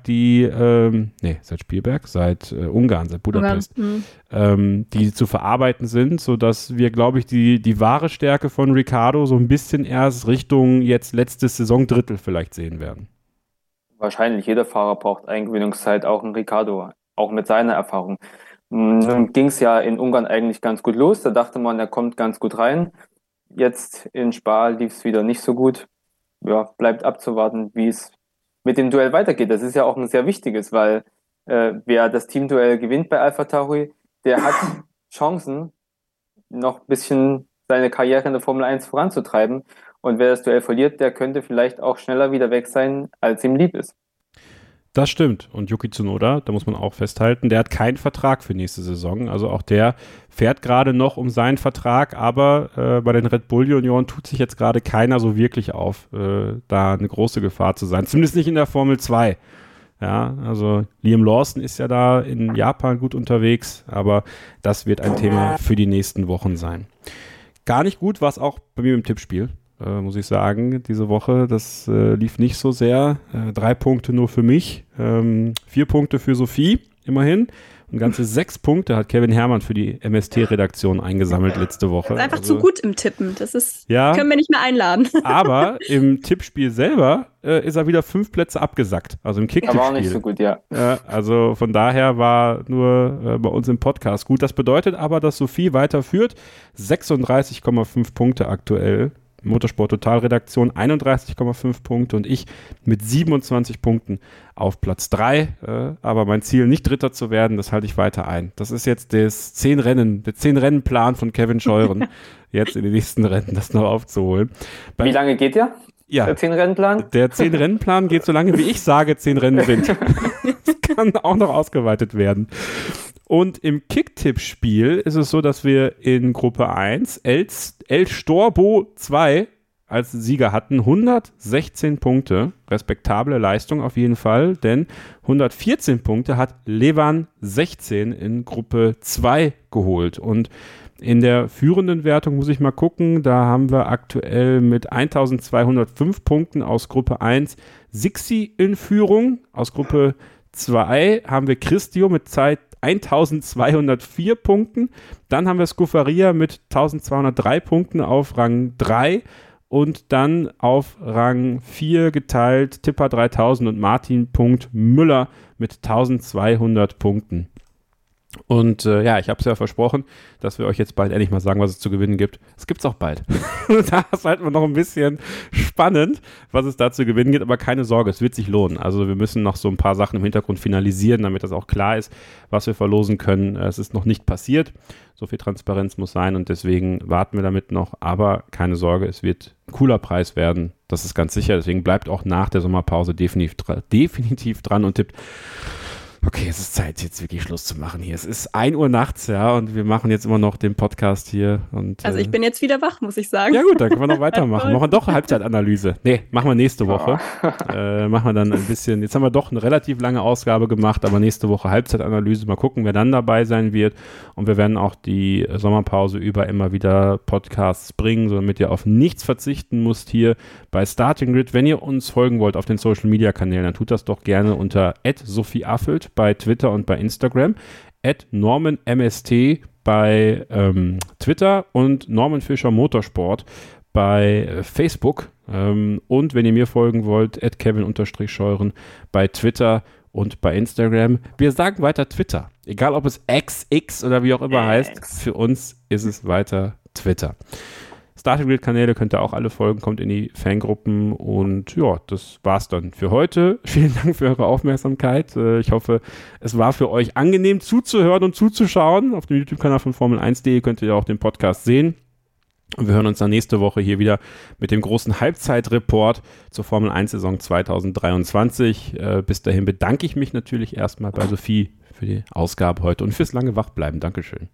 Speaker 2: seit Ungarn, seit Budapest, die zu verarbeiten sind, sodass wir, glaube ich, die wahre Stärke von Ricciardo so ein bisschen erst Richtung jetzt letztes Saisondrittel vielleicht sehen werden.
Speaker 4: Wahrscheinlich, jeder Fahrer braucht Eingewöhnungszeit, auch ein Ricciardo, auch mit seiner Erfahrung. Nun ging es ja in Ungarn eigentlich ganz gut los, da dachte man, er kommt ganz gut rein. Jetzt in Spa lief es wieder nicht so gut. Ja, bleibt abzuwarten, wie es mit dem Duell weitergeht. Das ist ja auch ein sehr wichtiges, weil wer das Teamduell gewinnt bei AlphaTauri, der hat Chancen, noch ein bisschen seine Karriere in der Formel 1 voranzutreiben. Und wer das Duell verliert, der könnte vielleicht auch schneller wieder weg sein, als ihm lieb ist.
Speaker 2: Das stimmt. Und Yuki Tsunoda, da muss man auch festhalten, der hat keinen Vertrag für nächste Saison. Also auch der fährt gerade noch um seinen Vertrag, aber bei den Red Bull Junioren tut sich jetzt gerade keiner so wirklich auf, da eine große Gefahr zu sein. Zumindest nicht in der Formel 2. Ja, also Liam Lawson ist ja da in Japan gut unterwegs, aber das wird ein Thema für die nächsten Wochen sein. Gar nicht gut war es auch bei mir im Tippspiel. Muss ich sagen, diese Woche, das lief nicht so sehr. 3 Punkte nur für mich, 4 Punkte für Sophie, immerhin. Und ganze 6 Punkte hat Kevin Herrmann für die MST-Redaktion eingesammelt letzte Woche.
Speaker 3: Das ist einfach zu gut im Tippen. Das ist, können wir nicht mehr einladen.
Speaker 2: Aber im Tippspiel selber ist er wieder 5 Plätze abgesackt. Also im Kick-Tippspiel.
Speaker 4: Aber auch nicht so gut, ja.
Speaker 2: Also von daher war nur bei uns im Podcast gut. Das bedeutet aber, dass Sophie weiterführt. 36,5 Punkte aktuell. Motorsport Total Redaktion 31,5 Punkte und ich mit 27 Punkten auf Platz 3. Aber mein Ziel, nicht Dritter zu werden, das halte ich weiter ein. Das ist jetzt der 10-Rennen-Plan von Kevin Scheuren, jetzt in den nächsten Rennen das noch aufzuholen.
Speaker 4: Wie lange geht der?
Speaker 2: Ja,
Speaker 4: der 10-Rennen-Plan?
Speaker 2: Der 10-Rennen-Plan geht so lange, wie ich sage, 10 Rennen sind. Das kann auch noch ausgeweitet werden. Und im Kick-Tipp-Spiel ist es so, dass wir in Gruppe 1 El Storbo 2 als Sieger hatten. 116 Punkte, respektable Leistung auf jeden Fall, denn 114 Punkte hat Levan 16 in Gruppe 2 geholt. Und in der führenden Wertung muss ich mal gucken, da haben wir aktuell mit 1205 Punkten aus Gruppe 1 Sixi in Führung. Aus Gruppe 2 haben wir Christio mit 1204 Punkten. Dann haben wir Scufaria mit 1203 Punkten auf Rang 3 und dann auf Rang 4 geteilt Tipper 3000 und Martin Müller mit 1200 Punkten. Und ich habe es ja versprochen, dass wir euch jetzt bald endlich mal sagen, was es zu gewinnen gibt. Es gibt es auch bald. Da ist halt noch ein bisschen spannend, was es da zu gewinnen gibt, aber keine Sorge, es wird sich lohnen. Also wir müssen noch so ein paar Sachen im Hintergrund finalisieren, damit das auch klar ist, was wir verlosen können. Es ist noch nicht passiert. So viel Transparenz muss sein und deswegen warten wir damit noch. Aber keine Sorge, es wird ein cooler Preis werden. Das ist ganz sicher. Deswegen bleibt auch nach der Sommerpause definitiv dran und tippt. Okay, es ist Zeit, jetzt wirklich Schluss zu machen hier. Es ist 1 Uhr nachts, ja, und wir machen jetzt immer noch den Podcast hier. Und,
Speaker 3: also ich bin jetzt wieder wach, muss ich sagen.
Speaker 2: Ja gut, dann können wir noch weitermachen. Machen wir doch Halbzeitanalyse. Nee, machen wir nächste Woche. Machen wir dann ein bisschen, jetzt haben wir doch eine relativ lange Ausgabe gemacht, aber nächste Woche Halbzeitanalyse. Mal gucken, wer dann dabei sein wird. Und wir werden auch die Sommerpause über immer wieder Podcasts bringen, so damit ihr auf nichts verzichten müsst hier bei Starting Grid. Wenn ihr uns folgen wollt auf den Social Media Kanälen, dann tut das doch gerne unter @SophieAffelt bei Twitter und bei Instagram, @NormanMST bei Twitter und Norman Fischer Motorsport bei Facebook. Und wenn ihr mir folgen wollt, @Kevin_Scheuren bei Twitter und bei Instagram. Wir sagen weiter Twitter. Egal, ob es XX oder wie auch immer heißt, für uns ist es weiter Twitter. Starting Grid-Kanäle könnt ihr auch alle folgen, kommt in die Fangruppen und ja, das war's dann für heute. Vielen Dank für eure Aufmerksamkeit. Ich hoffe, es war für euch angenehm zuzuhören und zuzuschauen. Auf dem YouTube-Kanal von Formel1.de könnt ihr auch den Podcast sehen. Und wir hören uns dann nächste Woche hier wieder mit dem großen Halbzeitreport zur Formel 1 Saison 2023. Bis dahin bedanke ich mich natürlich erstmal bei Sophie für die Ausgabe heute und fürs lange Wachbleiben. Dankeschön.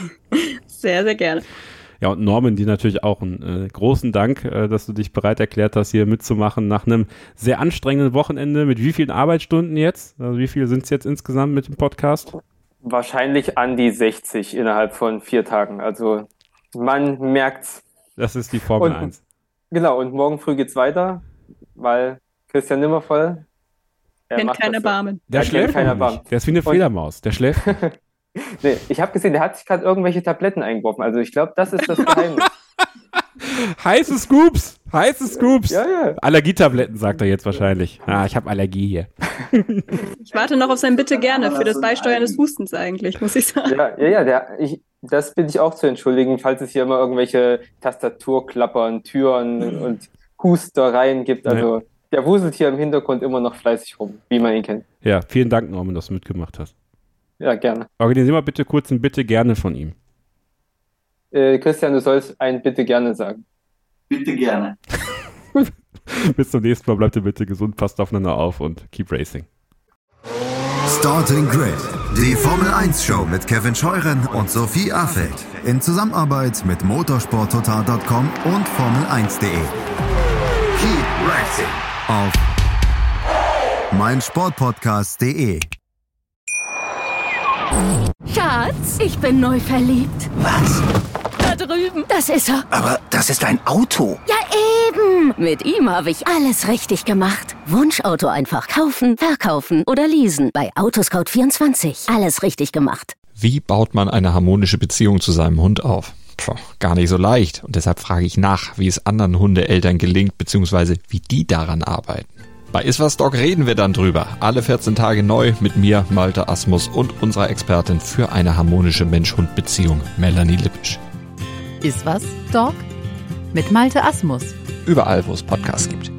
Speaker 3: Sehr, sehr gerne.
Speaker 2: Ja, und Norman, dir natürlich auch einen großen Dank, dass du dich bereit erklärt hast, hier mitzumachen nach einem sehr anstrengenden Wochenende. Mit wie vielen Arbeitsstunden jetzt? Also wie viele sind es jetzt insgesamt mit dem Podcast?
Speaker 4: Wahrscheinlich an die 60 innerhalb von 4 Tagen. Also man merkt's.
Speaker 2: Das ist die Formel 1.
Speaker 4: Genau, und morgen früh geht's weiter, weil Christian Nimmervoll
Speaker 3: kennt kein Erbarmen.
Speaker 2: Der schläft
Speaker 4: kein
Speaker 2: noch
Speaker 4: Erbarmen.
Speaker 2: nicht. Der ist wie eine Fledermaus. Der schläft.
Speaker 4: Nee, ich habe gesehen, der hat sich gerade irgendwelche Tabletten eingeworfen. Also ich glaube, das ist das Geheimnis.
Speaker 2: Heiße Scoops.
Speaker 4: Ja.
Speaker 2: Allergietabletten, sagt er jetzt wahrscheinlich. Ich habe Allergie hier.
Speaker 3: Ich warte noch auf sein Bitte gerne für das Beisteuern des Hustens eigentlich, muss ich sagen.
Speaker 4: Das bin ich auch zu entschuldigen, falls es hier immer irgendwelche Tastaturklappern, Türen und Hustereien gibt. Also der wuselt hier im Hintergrund immer noch fleißig rum, wie man ihn kennt.
Speaker 2: Ja, vielen Dank, Norman, dass du mitgemacht hast.
Speaker 4: Ja, gerne.
Speaker 2: Organisier mal bitte kurz ein Bitte gerne von ihm.
Speaker 4: Christian, du sollst ein Bitte gerne sagen.
Speaker 9: Bitte gerne.
Speaker 2: Bis zum nächsten Mal. Bleibt ihr bitte gesund, passt aufeinander auf und keep racing.
Speaker 1: Starting Grid, die Formel 1 Show mit Kevin Scheuren und Sophie Affelt. In Zusammenarbeit mit motorsporttotal.com und Formel1.de. Keep racing auf meinsportpodcast.de.
Speaker 5: Schatz, ich bin neu verliebt.
Speaker 6: Was?
Speaker 5: Da drüben. Das ist er.
Speaker 6: Aber das ist ein Auto.
Speaker 5: Ja, eben. Mit ihm habe ich alles richtig gemacht. Wunschauto einfach kaufen, verkaufen oder leasen. Bei Autoscout24. Alles richtig gemacht.
Speaker 8: Wie baut man eine harmonische Beziehung zu seinem Hund auf? Gar nicht so leicht. Und deshalb frage ich nach, wie es anderen Hundeeltern gelingt, beziehungsweise wie die daran arbeiten. Bei Iswas Dog reden wir dann drüber. Alle 14 Tage neu mit mir, Malte Asmus und unserer Expertin für eine harmonische Mensch-Hund-Beziehung, Melanie Lippisch.
Speaker 10: Iswas Dog mit Malte Asmus.
Speaker 8: Überall, wo es Podcasts gibt.